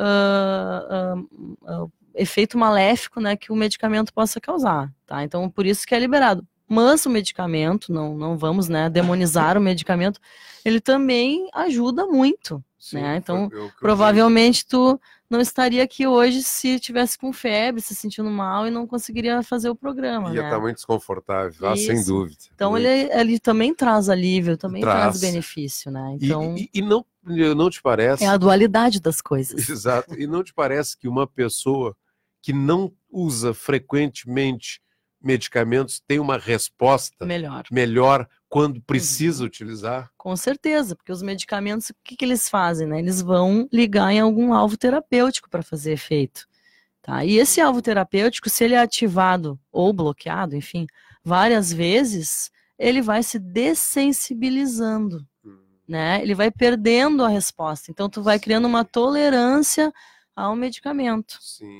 uh, uh, uh, efeito maléfico, né, que o medicamento possa causar, tá? Então por isso que é liberado. Mas o medicamento, não, não vamos, né, demonizar o medicamento, ele também ajuda muito, Sim, né? Então foi o que eu provavelmente tu não estaria aqui hoje se tivesse com febre, se sentindo mal e não conseguiria fazer o programa, Ia né? estar muito desconfortável, ah, sem Isso. dúvida. Então muito. ele, ele também traz alívio, também traz, Traz. benefício, né? E, Então e, e não, não te parece... é a dualidade das coisas. Exato. E não te parece que uma pessoa que não usa frequentemente medicamentos tem uma resposta Melhor. melhor quando precisa Uhum. utilizar? Com certeza, porque os medicamentos, o que, que eles fazem, né? Eles vão ligar em algum alvo terapêutico para fazer efeito. Tá? E esse alvo terapêutico, se ele é ativado ou bloqueado, enfim, várias vezes, ele vai se dessensibilizando, Hum. né? Ele vai perdendo a resposta. Então, tu vai criando uma tolerância ao medicamento. Sim.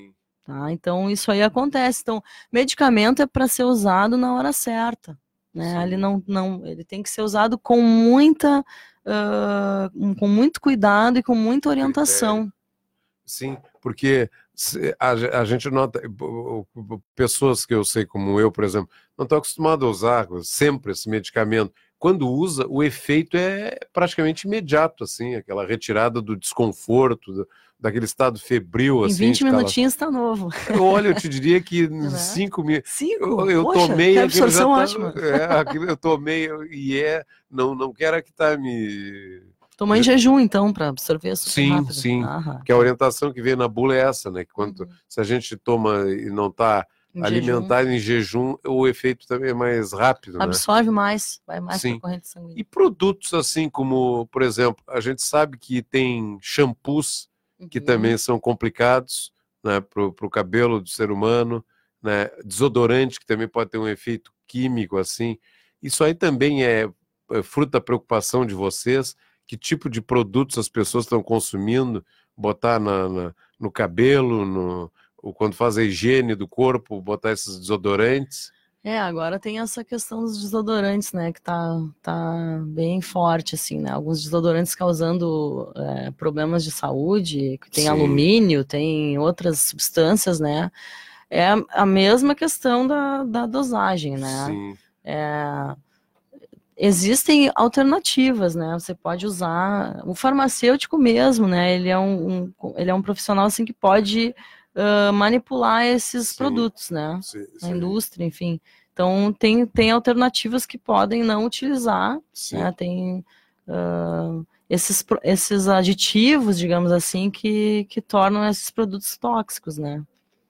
Tá? Então, isso aí acontece. Então, medicamento é para ser usado na hora certa. Né? Ele, não, não, ele tem que ser usado com muita, uh, com muito cuidado e com muita orientação. Sim, porque a, a gente nota, pessoas que eu sei como eu, por exemplo, não estão acostumadas a usar sempre esse medicamento. Quando usa, o efeito é praticamente imediato, assim, aquela retirada do desconforto, do, daquele estado febril. Em assim, vinte escala... minutinhos está novo. Olha, eu te diria que em cinco minutos. Cinco? Eu, eu Poxa, tomei. que absorção tá, ótima. É, aquilo eu tomei e é. Não, não quero que tá me. Tomar em jejum, então, para absorver super sim, rápido. Sim, ah, que a orientação que vem na bula é essa, né? Que quando, uhum. se a gente toma e não está alimentado jejum. em jejum, o efeito também é mais rápido, absorve né? mais, vai mais para a corrente sanguínea. E produtos assim como, por exemplo, a gente sabe que tem shampoos uhum. que também são complicados, né, para o cabelo do ser humano, né? Desodorante que também pode ter um efeito químico assim. Isso aí também é, é fruto da preocupação de vocês. Que tipo de produtos as pessoas estão consumindo, botar na, na, no cabelo, no, ou quando faz a higiene do corpo, botar esses desodorantes? É, agora tem essa questão dos desodorantes, né, que tá, tá bem forte, assim, né, alguns desodorantes causando é, problemas de saúde, que tem Sim. alumínio, tem outras substâncias, né, é a mesma questão da, da dosagem, né. Sim. É... Existem alternativas, né? Você pode usar o farmacêutico mesmo, né? Ele é um, um ele é um profissional assim que pode uh, manipular esses sim, produtos, né? Sim, Na sim. indústria, enfim. Então tem, tem alternativas que podem não utilizar, sim. né? Tem uh, esses, esses aditivos, digamos assim, que, que tornam esses produtos tóxicos, né?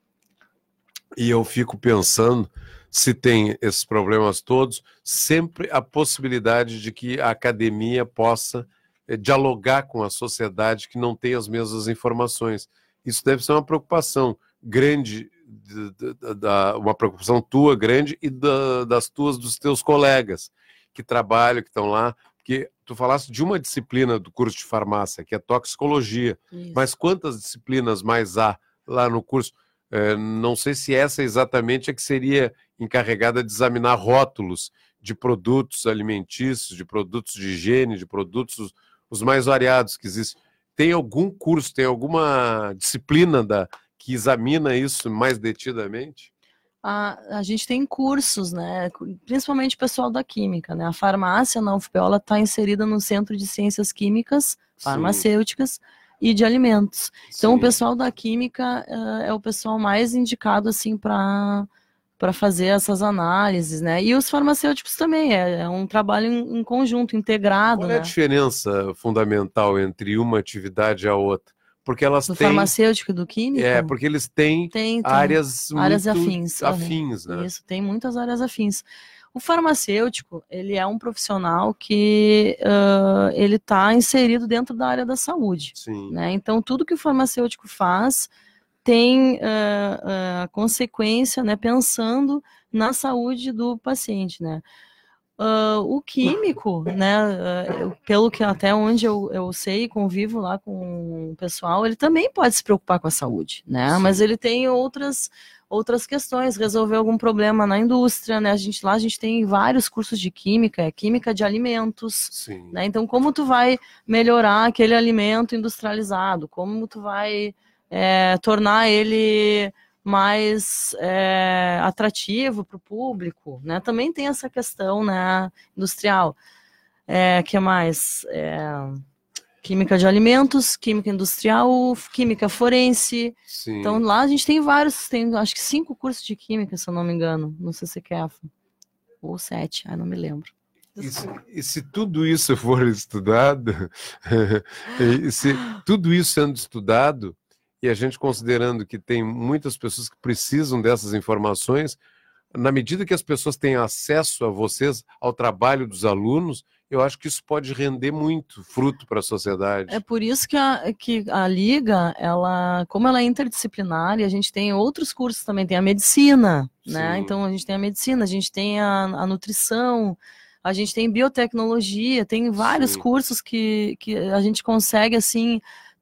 E eu fico pensando, se tem esses problemas todos, sempre a possibilidade de que a academia possa eh, dialogar com a sociedade que não tem as mesmas informações. Isso deve ser uma preocupação grande, de, de, de, de, uma preocupação tua grande e da, das tuas, dos teus colegas que trabalham, que estão lá, porque tu falaste de uma disciplina do curso de farmácia, que é toxicologia, Isso. mas quantas disciplinas mais há lá no curso? É, não sei se essa exatamente é que seria encarregada de examinar rótulos de produtos alimentícios, de produtos de higiene, de produtos os, os mais variados que existem. Tem algum curso, tem alguma disciplina da, que examina isso mais detidamente? A, a gente tem cursos, né? Principalmente o pessoal da química, né? A farmácia na U F P E está inserida no Centro de Ciências Químicas, Farmacêuticas, Sim. e de alimentos. Então, Sim. o pessoal da química uh, é o pessoal mais indicado, assim, para para fazer essas análises, né? E os farmacêuticos também, é, é um trabalho em, em conjunto, integrado, Qual né? é a diferença fundamental entre uma atividade e a outra? Porque elas do têm... farmacêutico e do químico? É, porque eles têm tem, tem. áreas, áreas muito afins. afins, uhum. né? Isso, tem muitas áreas afins. O farmacêutico, ele é um profissional que uh, ele está inserido dentro da área da saúde. Sim. Né? Então, tudo que o farmacêutico faz tem uh, uh, a consequência, né, pensando na saúde do paciente, né? Uh, o químico, né, uh, pelo que até onde eu, eu sei, convivo lá com o pessoal, ele também pode se preocupar com a saúde, né? Sim. Mas ele tem outras outras questões, resolver algum problema na indústria, né? A gente, lá a gente tem vários cursos de química, é química de alimentos, Sim. né? Então, como tu vai melhorar aquele alimento industrializado? Como tu vai é, tornar ele mais é, atrativo para o público, né? Também tem essa questão, né, industrial. É, que mais? É, química de alimentos, química industrial, química forense. Sim. Então lá a gente tem vários, tem acho que cinco cursos de química, se eu não me engano. Não sei se é ou sete, ah, não me lembro. E se, e se tudo isso for estudado, e se tudo isso sendo estudado, e a gente considerando que tem muitas pessoas que precisam dessas informações, na medida que as pessoas têm acesso a vocês, ao trabalho dos alunos, eu acho que isso pode render muito fruto para a sociedade. É por isso que a, que a Liga, ela, como ela é interdisciplinar, e a gente tem outros cursos também, tem a medicina, né? Então a gente tem a medicina, a gente tem a, a nutrição, a gente tem biotecnologia, tem vários Sim. cursos que, que a gente consegue, assim,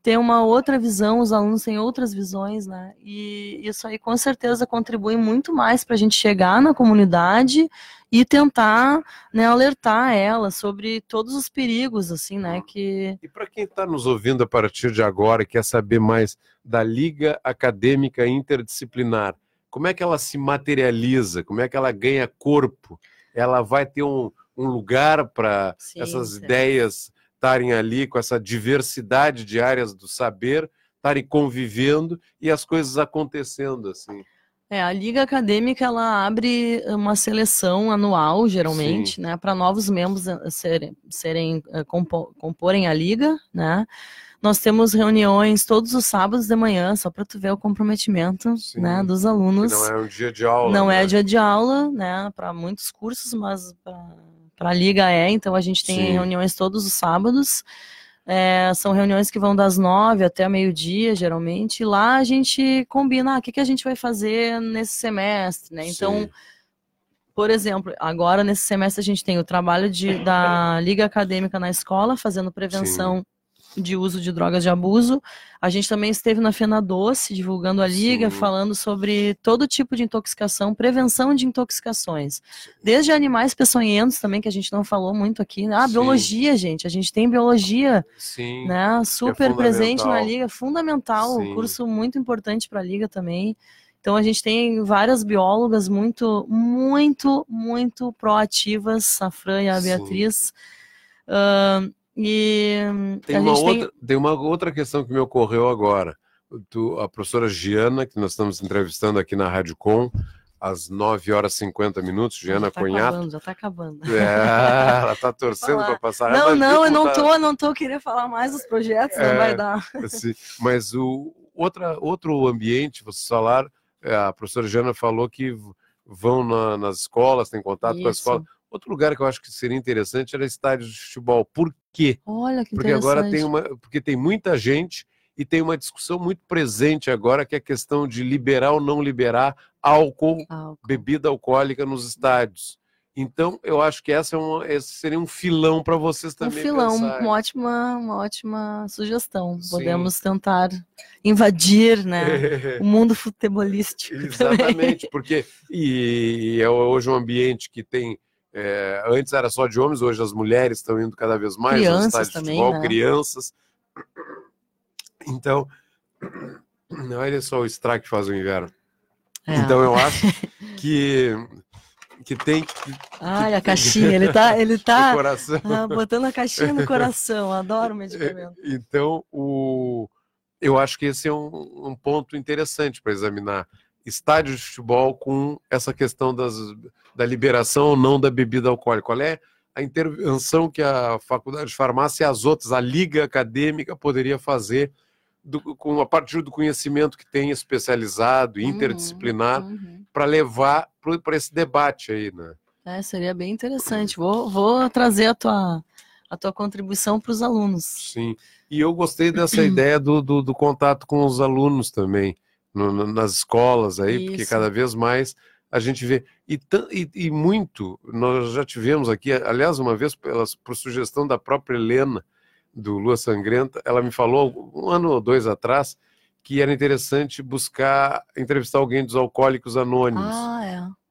ter uma outra visão, os alunos têm outras visões, né? E isso aí com certeza contribui muito mais para a gente chegar na comunidade e tentar, né, alertar ela sobre todos os perigos, assim, né? Que... E para quem está nos ouvindo a partir de agora e quer saber mais da Liga Acadêmica Interdisciplinar, como é que ela se materializa? Como é que ela ganha corpo? Ela vai ter um, um lugar para essas sim. ideias estarem ali com essa diversidade de áreas do saber, estarem convivendo e as coisas acontecendo assim. É, a Liga Acadêmica, ela abre uma seleção anual, geralmente, né, para novos membros serem, serem compo, comporem a Liga, né? Nós temos reuniões todos os sábados de manhã, só para tu ver o comprometimento, sim, né, dos alunos. Que não é um dia de aula. Não né? é dia de aula, né, para muitos cursos, mas para a Liga é, então a gente tem, sim, reuniões todos os sábados. É, são reuniões que vão das nove até meio-dia, geralmente, e lá a gente combina ah, o que, que a gente vai fazer nesse semestre, né? Então, sim, por exemplo, agora nesse semestre a gente tem o trabalho de, da Liga Acadêmica na escola, fazendo prevenção, sim, de uso de drogas de abuso. A gente também esteve na Fena Doce, divulgando a Liga, sim, falando sobre todo tipo de intoxicação, prevenção de intoxicações. Desde animais peçonhentos também, que a gente não falou muito aqui. Ah, sim, biologia, gente. A gente tem biologia, sim, né, super é presente na Liga, fundamental, sim, um curso muito importante para a Liga também. Então a gente tem várias biólogas muito, muito, muito proativas, a Fran e a Beatriz. Uh, E tem, uma outra, tem... tem uma outra questão que me ocorreu agora. Tu, a professora Giana, que nós estamos entrevistando aqui na Rádio Com, às nove horas e cinquenta minutos, Giana tá Cunhato. Acabando, já está acabando. É, ela está torcendo para passar. Não, mas não, eu não tá... tô, não tô querendo falar mais dos projetos, é, não vai dar. Assim, mas o outra, outro ambiente, vocês falaram, a professora Giana falou que vão na, nas escolas, tem contato, isso, com a escola. Outro lugar que eu acho que seria interessante era estádios de futebol. Por quê? Olha que porque agora tem uma, porque tem muita gente e tem uma discussão muito presente agora que é a questão de liberar ou não liberar álcool, álcool. bebida alcoólica nos estádios. Então, eu acho que essa é uma, esse seria um filão para vocês também. Um filão, pensar. uma ótima, uma ótima sugestão. Sim. Podemos tentar invadir, né, o mundo futebolístico. Exatamente, também. porque e, e é hoje um ambiente que tem. É, antes era só de homens, hoje as mulheres estão indo cada vez mais crianças aos estádios de também, futebol, né? crianças. Então, olha só o estrago que faz o inverno. É. Então eu acho que, que tem que... Ai, a caixinha, ele tá, ele tá ah, botando a caixinha no coração, adoro o medicamento. Então, o, eu acho que esse é um, um ponto interessante para examinar. Estádio de futebol com essa questão das, da liberação ou não da bebida alcoólica. Qual é a intervenção que a Faculdade de Farmácia e as outras, a Liga Acadêmica, poderia fazer do, com, a partir do conhecimento que tem especializado, interdisciplinar, uhum, uhum. para levar para esse debate aí, né? É, seria bem interessante. Vou, vou trazer a tua, a tua contribuição para os alunos. Sim, e eu gostei dessa ideia do, do, do contato com os alunos também. No, nas escolas aí, isso. Porque cada vez mais a gente vê, e, e, e muito, nós já tivemos aqui, aliás, uma vez, pela, por sugestão da própria Helena, do Lua Sangrenta, ela me falou, um ano ou dois atrás, que era interessante buscar, entrevistar alguém dos Alcoólicos Anônimos. Ah, é.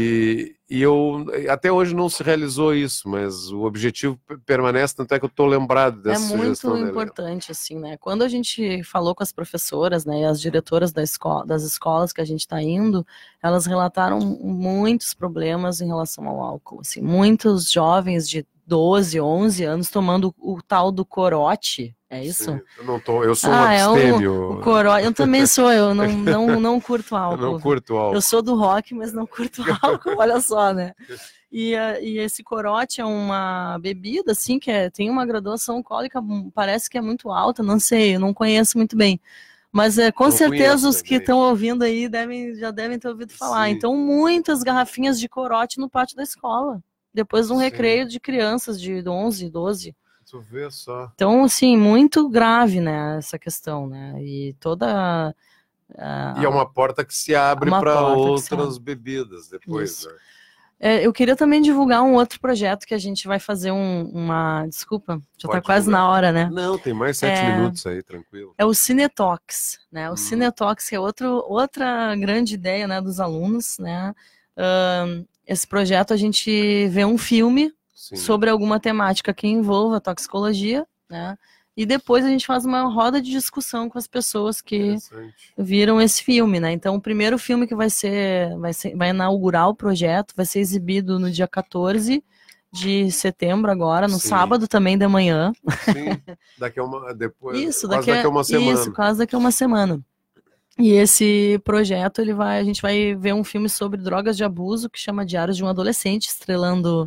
E, e eu, até hoje não se realizou isso, mas o objetivo permanece, tanto é que eu estou lembrado dessa sugestão. É muito importante, assim, né? Quando a gente falou com as professoras, né, e as diretoras da escola, das escolas que a gente está indo, elas relataram muitos problemas em relação ao álcool, assim, muitos jovens de doze, onze anos tomando o tal do corote. É isso? Sim, eu não tô, eu sou ah, um abstêmio. É o, o corote, eu também sou, eu não, não, não curto álcool. Eu não curto álcool. Eu sou do rock, mas não curto álcool, olha só, né? E, e esse corote é uma bebida, assim, que é, tem uma graduação alcoólica, parece que é muito alta, não sei, eu não conheço muito bem. Mas é, com não certeza os que estão ouvindo aí devem, já devem ter ouvido falar. Sim. Então, muitas garrafinhas de corote no pátio da escola, depois de um Sim. recreio de crianças de onze, doze. Tu vê só. Então, assim, muito grave, né, essa questão, né, e toda... Uh, e é uma porta que se abre para outras bebidas depois, né? É, eu queria também divulgar um outro projeto que a gente vai fazer um, uma... Desculpa, já Pode está quase divulgar. na hora, né? Não, tem mais sete É... minutos aí, tranquilo. É o Cinetox, né? O Hum. Cinetox, que é outro, outra grande ideia, né, dos alunos, né? Uh, esse projeto a gente vê um filme Sim. sobre alguma temática que envolva toxicologia, né? E depois a gente faz uma roda de discussão com as pessoas que viram esse filme, né? Então, o primeiro filme que vai ser, vai ser, vai inaugurar o projeto, vai ser exibido no dia quatorze de setembro agora, no Sim. sábado também de manhã. Sim, daqui a uma, depois, Isso, quase daqui a, daqui a uma semana. Isso, quase daqui a uma semana. E esse projeto, ele vai, a gente vai ver um filme sobre drogas de abuso que chama Diários de um Adolescente, estrelando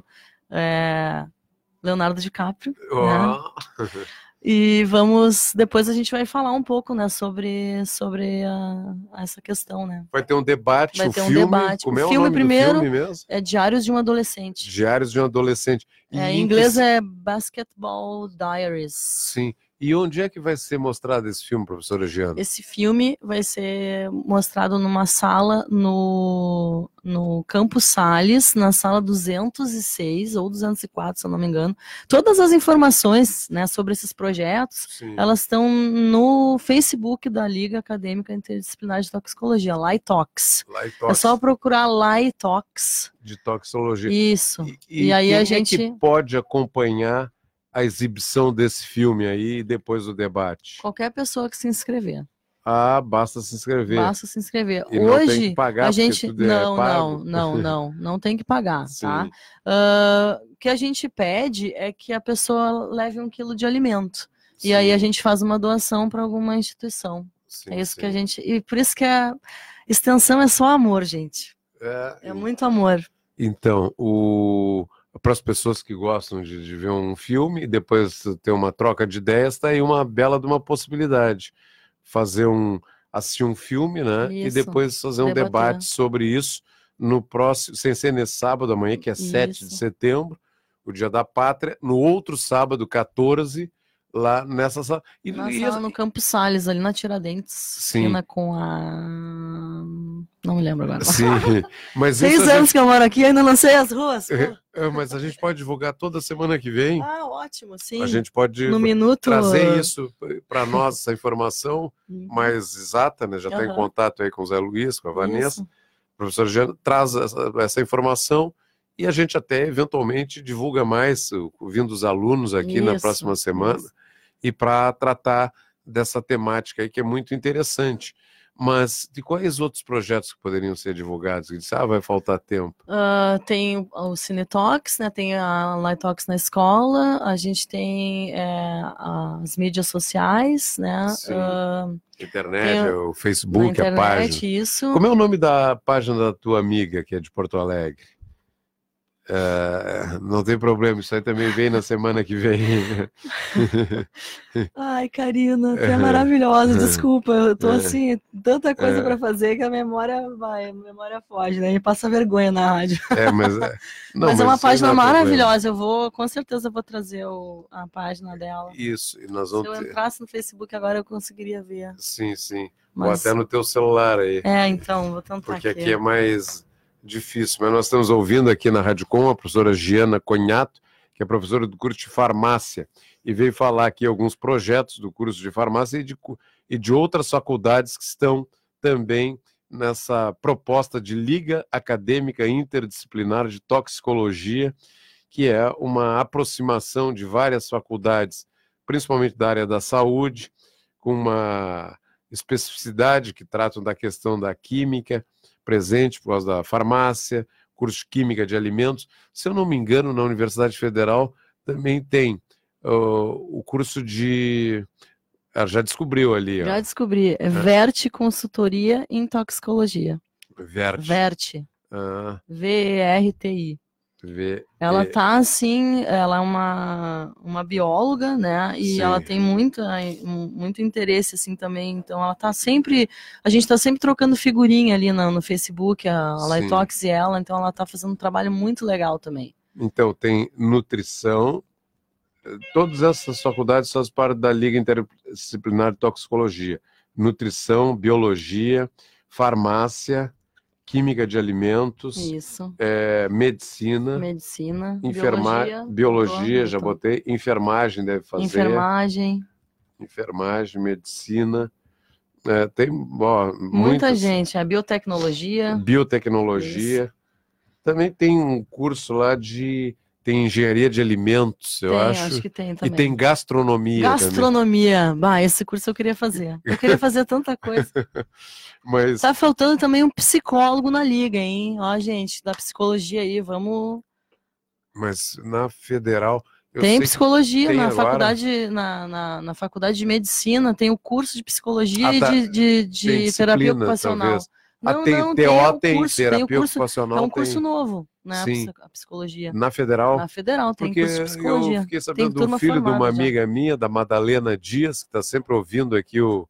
é, Leonardo DiCaprio. Oh. Né? E vamos, depois a gente vai falar um pouco, né, sobre, sobre a, essa questão, né. Vai ter um debate, vai um ter um filme, debate. como o é filme o nome primeiro do filme mesmo? É Diários de um Adolescente. Diários de um Adolescente. E é, em inglês que... é Basketball Diaries. Sim. E onde é que vai ser mostrado esse filme, professora Giana? Esse filme vai ser mostrado numa sala no, no Campos Sales, na sala duzentos e seis ou duzentos e quatro, se eu não me engano. Todas as informações, né, sobre esses projetos, Sim. elas estão no Facebook da Liga Acadêmica Interdisciplinar de Toxicologia, Laitox. Laitox. É só procurar Laitox. De toxicologia. Isso. E, e, e aí quem a gente é que pode acompanhar a exibição desse filme aí e depois o debate? Qualquer pessoa que se inscrever. Ah, basta se inscrever. Basta se inscrever. E Hoje não tem que pagar, a gente tudo não, é pago. não, não, não, não tem que pagar, Sim. tá? Uh, o que a gente pede é que a pessoa leve um quilo de alimento. Sim. E aí a gente faz uma doação para alguma instituição. Sim, é isso sim. que a gente. E por isso que a extensão é só amor, gente. É, é muito amor. Então, o para as pessoas que gostam de, de ver um filme e depois ter uma troca de ideias, está aí uma bela de uma possibilidade. Fazer um, assistir um filme, né? Isso, e depois fazer um debater. debate sobre isso no próximo, sem ser nesse sábado amanhã, que é isso. sete de setembro, o Dia da Pátria, no outro sábado, quatorze, lá nessa sala. E, na e, sala e, no Campos Sales, ali na Tiradentes, esquina com a... Não me lembro agora. Sim, mas Seis anos gente... que eu moro aqui e ainda não sei as ruas. É, mas a gente pode divulgar toda semana que vem. Ah, ótimo, sim. A gente pode no minuto... trazer isso para nós, essa informação uhum. mais exata, né? Já está uhum. em contato aí com o Zé Luiz, com a Vanessa. Isso. O professor Giana traz essa, essa informação e a gente até eventualmente divulga mais, vindo os alunos aqui isso, na próxima semana, isso. e para tratar dessa temática aí que é muito interessante. Mas de quais outros projetos que poderiam ser divulgados? Que disse, ah, vai faltar tempo. Uh, tem o Cinetox, né? Tem a Laitox na escola, a gente tem é, as mídias sociais, né? Uh, internet, o Facebook, internet, a página. Isso. Como é o nome da página da tua amiga que é de Porto Alegre? Uh, não tem problema, isso aí também vem na semana que vem. Ai, Karina, tu é maravilhosa, desculpa, eu tô assim, tanta coisa para fazer que a memória vai, a memória foge, né? Me passa vergonha na rádio. É, mas, é, não, mas, mas é uma página é maravilhosa, eu vou, com certeza vou trazer o, a página dela. Isso, e nós vamos Se eu ter... entrasse no Facebook agora eu conseguiria ver. Sim, sim, mas... ou até no teu celular aí. É, então, vou tentar Porque aqui, aqui é mais... difícil, mas nós estamos ouvindo aqui na Rádio Com a professora Giana Cognato, que é professora do curso de farmácia, e veio falar aqui alguns projetos do curso de farmácia e de, e de outras faculdades que estão também nessa proposta de Liga Acadêmica Interdisciplinar de Toxicologia, que é uma aproximação de várias faculdades, principalmente da área da saúde, com uma especificidade que tratam da questão da química, presente por causa da farmácia, curso de Química de Alimentos. Se eu não me engano, na Universidade Federal também tem uh, o curso de... Ah, já descobriu ali. Já ó. descobri. É Verte Consultoria em Toxicologia. Verte. Verte. Ah. V E R T I. V... Ela tá assim, ela é uma, uma bióloga, né, e Sim. ela tem muita, muito interesse assim também, então ela tá sempre, a gente tá sempre trocando figurinha ali no, no Facebook, a, a Laitox e ela, então ela tá fazendo um trabalho muito legal também. Então tem nutrição, todas essas faculdades fazem parte da Liga Interdisciplinar de Toxicologia, nutrição, biologia, farmácia química de alimentos, Isso. é, medicina, Medicina, enferma... biologia, biologia, tô, já tô. botei, enfermagem deve fazer. Enfermagem. Enfermagem, medicina, é, tem ó, Muita muitas, gente, a biotecnologia. biotecnologia. Isso. Também tem um curso lá de tem engenharia de alimentos, eu Tem, acho, acho que tem e também. tem gastronomia, Gastronomia, bah, esse curso eu queria fazer. Eu queria fazer tanta coisa. também. Mas Tá faltando também um psicólogo na liga, hein? Ó, gente, da psicologia aí, vamos. mas na federal eu Tem sei que psicologia tem na agora. faculdade, na, na, na faculdade de medicina, tem o curso de psicologia Ah, e tá. de, de, de Tem terapia disciplina, ocupacional. talvez. Ah, Não, tem não, T O, tem, é um tem curso, tem terapia o curso, ocupacional, é um curso tem. novo, né? a Sim. psi- A psicologia. Na federal. Na federal tem Porque curso de eu psicologia. fiquei Tem sabendo do turma filho de uma formada já. amiga minha, da Madalena Dias, que está sempre ouvindo aqui o,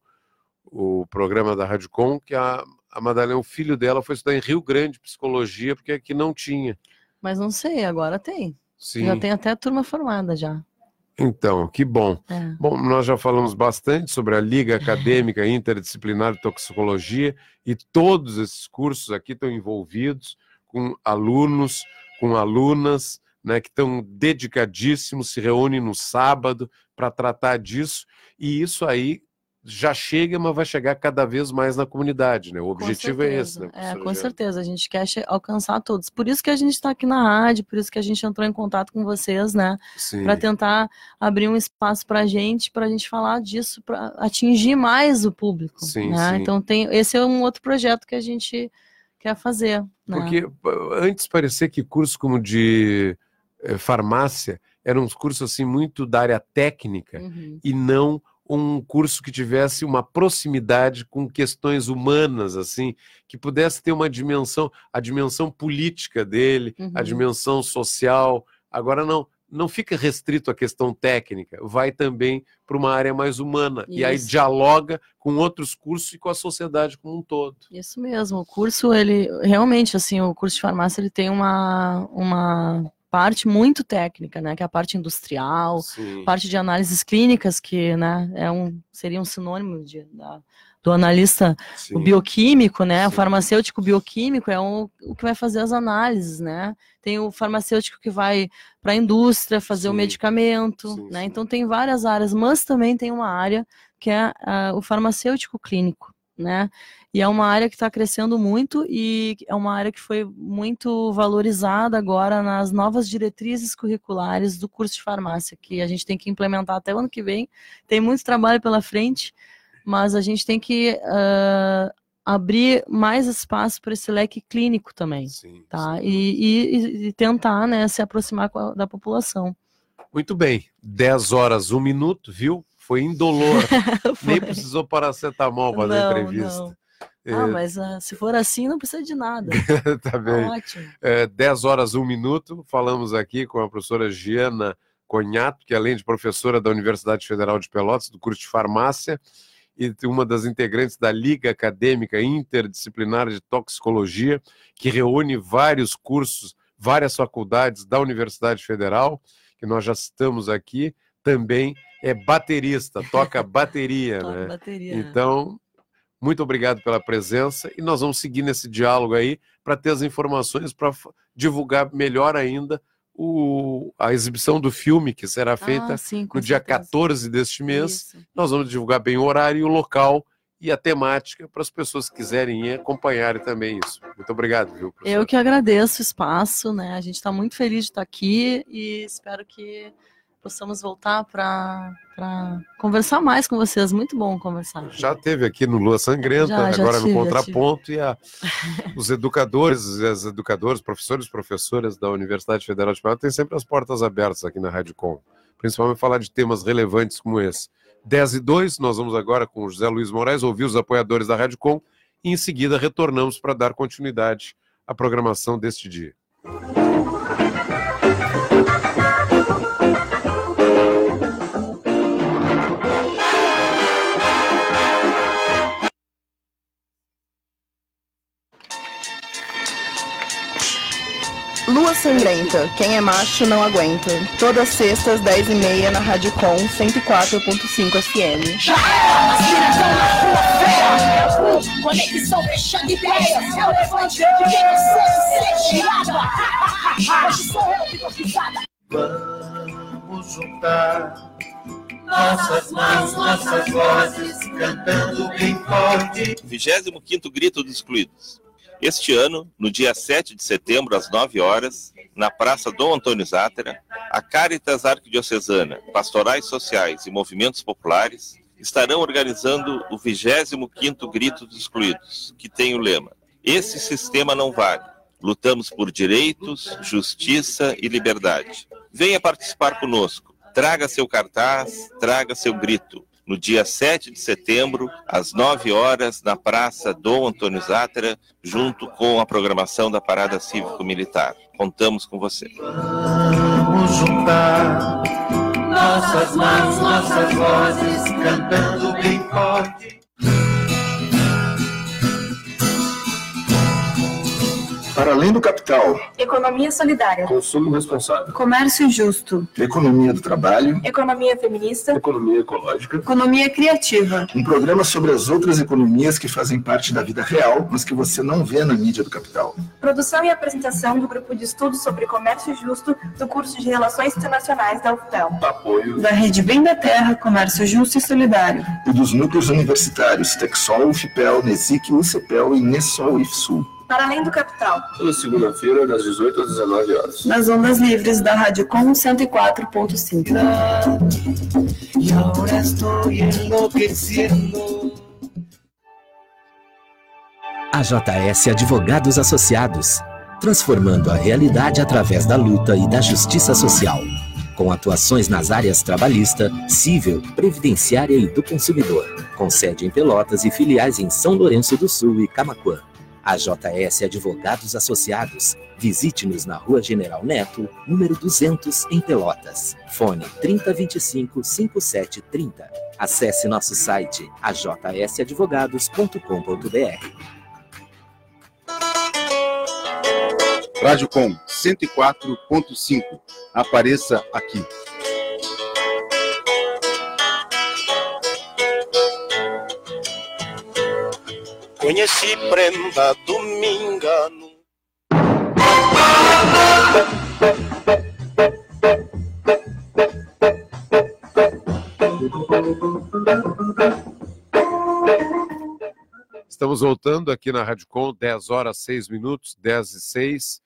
o programa da Rádio Com, que a, a Madalena, o filho dela foi estudar em Rio Grande psicologia, porque aqui não tinha. Mas não sei, agora tem. Sim. Já tem até turma formada já. Então, que bom. É. Bom, nós já falamos bastante sobre a Liga Acadêmica Interdisciplinar de Toxicologia e todos esses cursos aqui estão envolvidos com alunos, com alunas, né, que estão dedicadíssimos, se reúnem no sábado para tratar disso, e isso aí já chega, mas vai chegar cada vez mais na comunidade, né? O objetivo é esse, né? É, professora com Jeane? certeza. A gente quer che- alcançar todos. Por isso que a gente está aqui na rádio, por isso que a gente entrou em contato com vocês, né? Sim. Para tentar abrir um espaço para a gente, para a gente falar disso, para atingir mais o público. Sim, né? sim. Então tem, esse é um outro projeto que a gente quer fazer. Né? Porque p- antes parecia que cursos como de eh, farmácia eram uns cursos assim muito da área técnica Uhum. e não um curso que tivesse uma proximidade com questões humanas, assim, que pudesse ter uma dimensão, a dimensão política dele, a Uhum. dimensão social. Agora não, não fica restrito à questão técnica, vai também para uma área mais humana. E aí Isso. dialoga com outros cursos e com a sociedade como um todo. Isso mesmo. O curso, ele realmente, assim, o curso de farmácia, ele tem uma, uma parte muito técnica, né? Que é a parte industrial, Sim. parte de análises clínicas, que, né, é um, seria um sinônimo de, da, do analista, Sim. o bioquímico, né? O Sim. farmacêutico bioquímico é o, o que vai fazer as análises, né? Tem o farmacêutico que vai para a indústria fazer o Sim. medicamento, Sim, né? sim. Então tem várias áreas, mas também tem uma área que é ah, o farmacêutico clínico, né? E é uma área que está crescendo muito e é uma área que foi muito valorizada agora nas novas diretrizes curriculares do curso de farmácia, que a gente tem que implementar até o ano que vem. Tem muito trabalho pela frente, mas a gente tem que uh, abrir mais espaço para esse leque clínico também, Sim, tá? sim. E, e, e tentar, né, se aproximar com a- da população. Muito bem, dez horas, um minuto, viu? Foi indolor, nem precisou paracetamol para dar Não, entrevista. não. Ah, mas ah, se for assim, não precisa de nada. Tá Tá bem. ótimo. É, dez horas, um minuto, falamos aqui com a professora Giana Cognato, que além de professora da Universidade Federal de Pelotas, do curso de farmácia, e uma das integrantes da Liga Acadêmica Interdisciplinar de Toxicologia, que reúne vários cursos, várias faculdades da Universidade Federal, que nós já citamos aqui, também é baterista, toca bateria, Toca né? bateria. Então, muito obrigado pela presença e nós vamos seguir nesse diálogo aí para ter as informações para divulgar melhor ainda o, a exibição do filme que será feita Ah, sim, com no dia certeza. quatorze deste mês. Isso. Nós vamos divulgar bem o horário, e o local e a temática para as pessoas que quiserem ir acompanharem também isso. Muito obrigado, viu, professor? Eu que agradeço o espaço, né? A gente está muito feliz de estar aqui e espero que possamos voltar para conversar mais com vocês. Muito bom conversar. Já teve aqui no Lua Sangrenta, Já, já agora tive, no já Contraponto, e a, os educadores, as educadoras, professores e professoras da Universidade Federal de Pelotas têm sempre as portas abertas aqui na Rádio Com, principalmente falar de temas relevantes como esse. dez e dois, nós vamos agora com o José Luiz Moraes ouvir os apoiadores da Rádio Com e em seguida retornamos para dar continuidade à programação deste dia. Lua Sangrenta. aguenta. Quem é macho não aguenta. Todas sextas, dez e meia, na Rádio Com cento e quatro ponto cinco F M. Já é, as minas tão na rua fera. Conexão fechando ideias. É o levante de quem não seja tirada. Hoje sou eu que tô pisada. Vamos juntar nossas mãos, nossas vozes, cantando bem forte. vigésimo quinto Grito dos Excluídos. Este ano, no dia sete de setembro, às nove horas, na Praça Dom Antônio Zátera, a Caritas Arquidiocesana, Pastorais Sociais e Movimentos Populares estarão organizando o vigésimo quinto Grito dos Excluídos, que tem o lema: Esse sistema não vale. Lutamos por direitos, justiça e liberdade. Venha participar conosco. Traga seu cartaz, traga seu grito. No dia sete de setembro, às nove horas, na Praça Dom Antônio Zátera, junto com a programação da Parada Cívico-Militar. Contamos com você. Vamos juntar nossas mãos, nossas vozes, cantando bem forte. Para além do capital, economia solidária, consumo responsável, comércio justo, economia do trabalho, economia feminista, economia ecológica, economia criativa. Um programa sobre as outras economias que fazem parte da vida real, mas que você não vê na mídia do capital. Produção e apresentação do grupo de estudos sobre comércio justo do curso de Relações Internacionais da U F P E L. Apoio da Rede Bem da Terra, Comércio Justo e Solidário. E dos núcleos universitários Texol, U F P E L, NESIC, U C P E L e NESOL I F Sul. Para além do capital. Toda segunda-feira, das dezoito às dezenove horas. Nas ondas livres da Rádio Com cento e quatro ponto cinco. E agora estou enlouquecendo. A J S Advogados Associados, transformando a realidade através da luta e da justiça social, com atuações nas áreas trabalhista, civil, previdenciária e do consumidor, com sede em Pelotas e filiais em São Lourenço do Sul e Camaquã. A J S Advogados Associados. Visite-nos na Rua General Neto, número duzentos, em Pelotas. Fone trinta, vinte e cinco, cinquenta e sete, trinta. Acesse nosso site a j s advogados ponto com ponto b r. Rádio Com cento e quatro ponto cinco. Apareça aqui. Conheci prenda do Mingano. Estamos voltando aqui na Rádio Com, dez horas, seis minutos, dez e seis.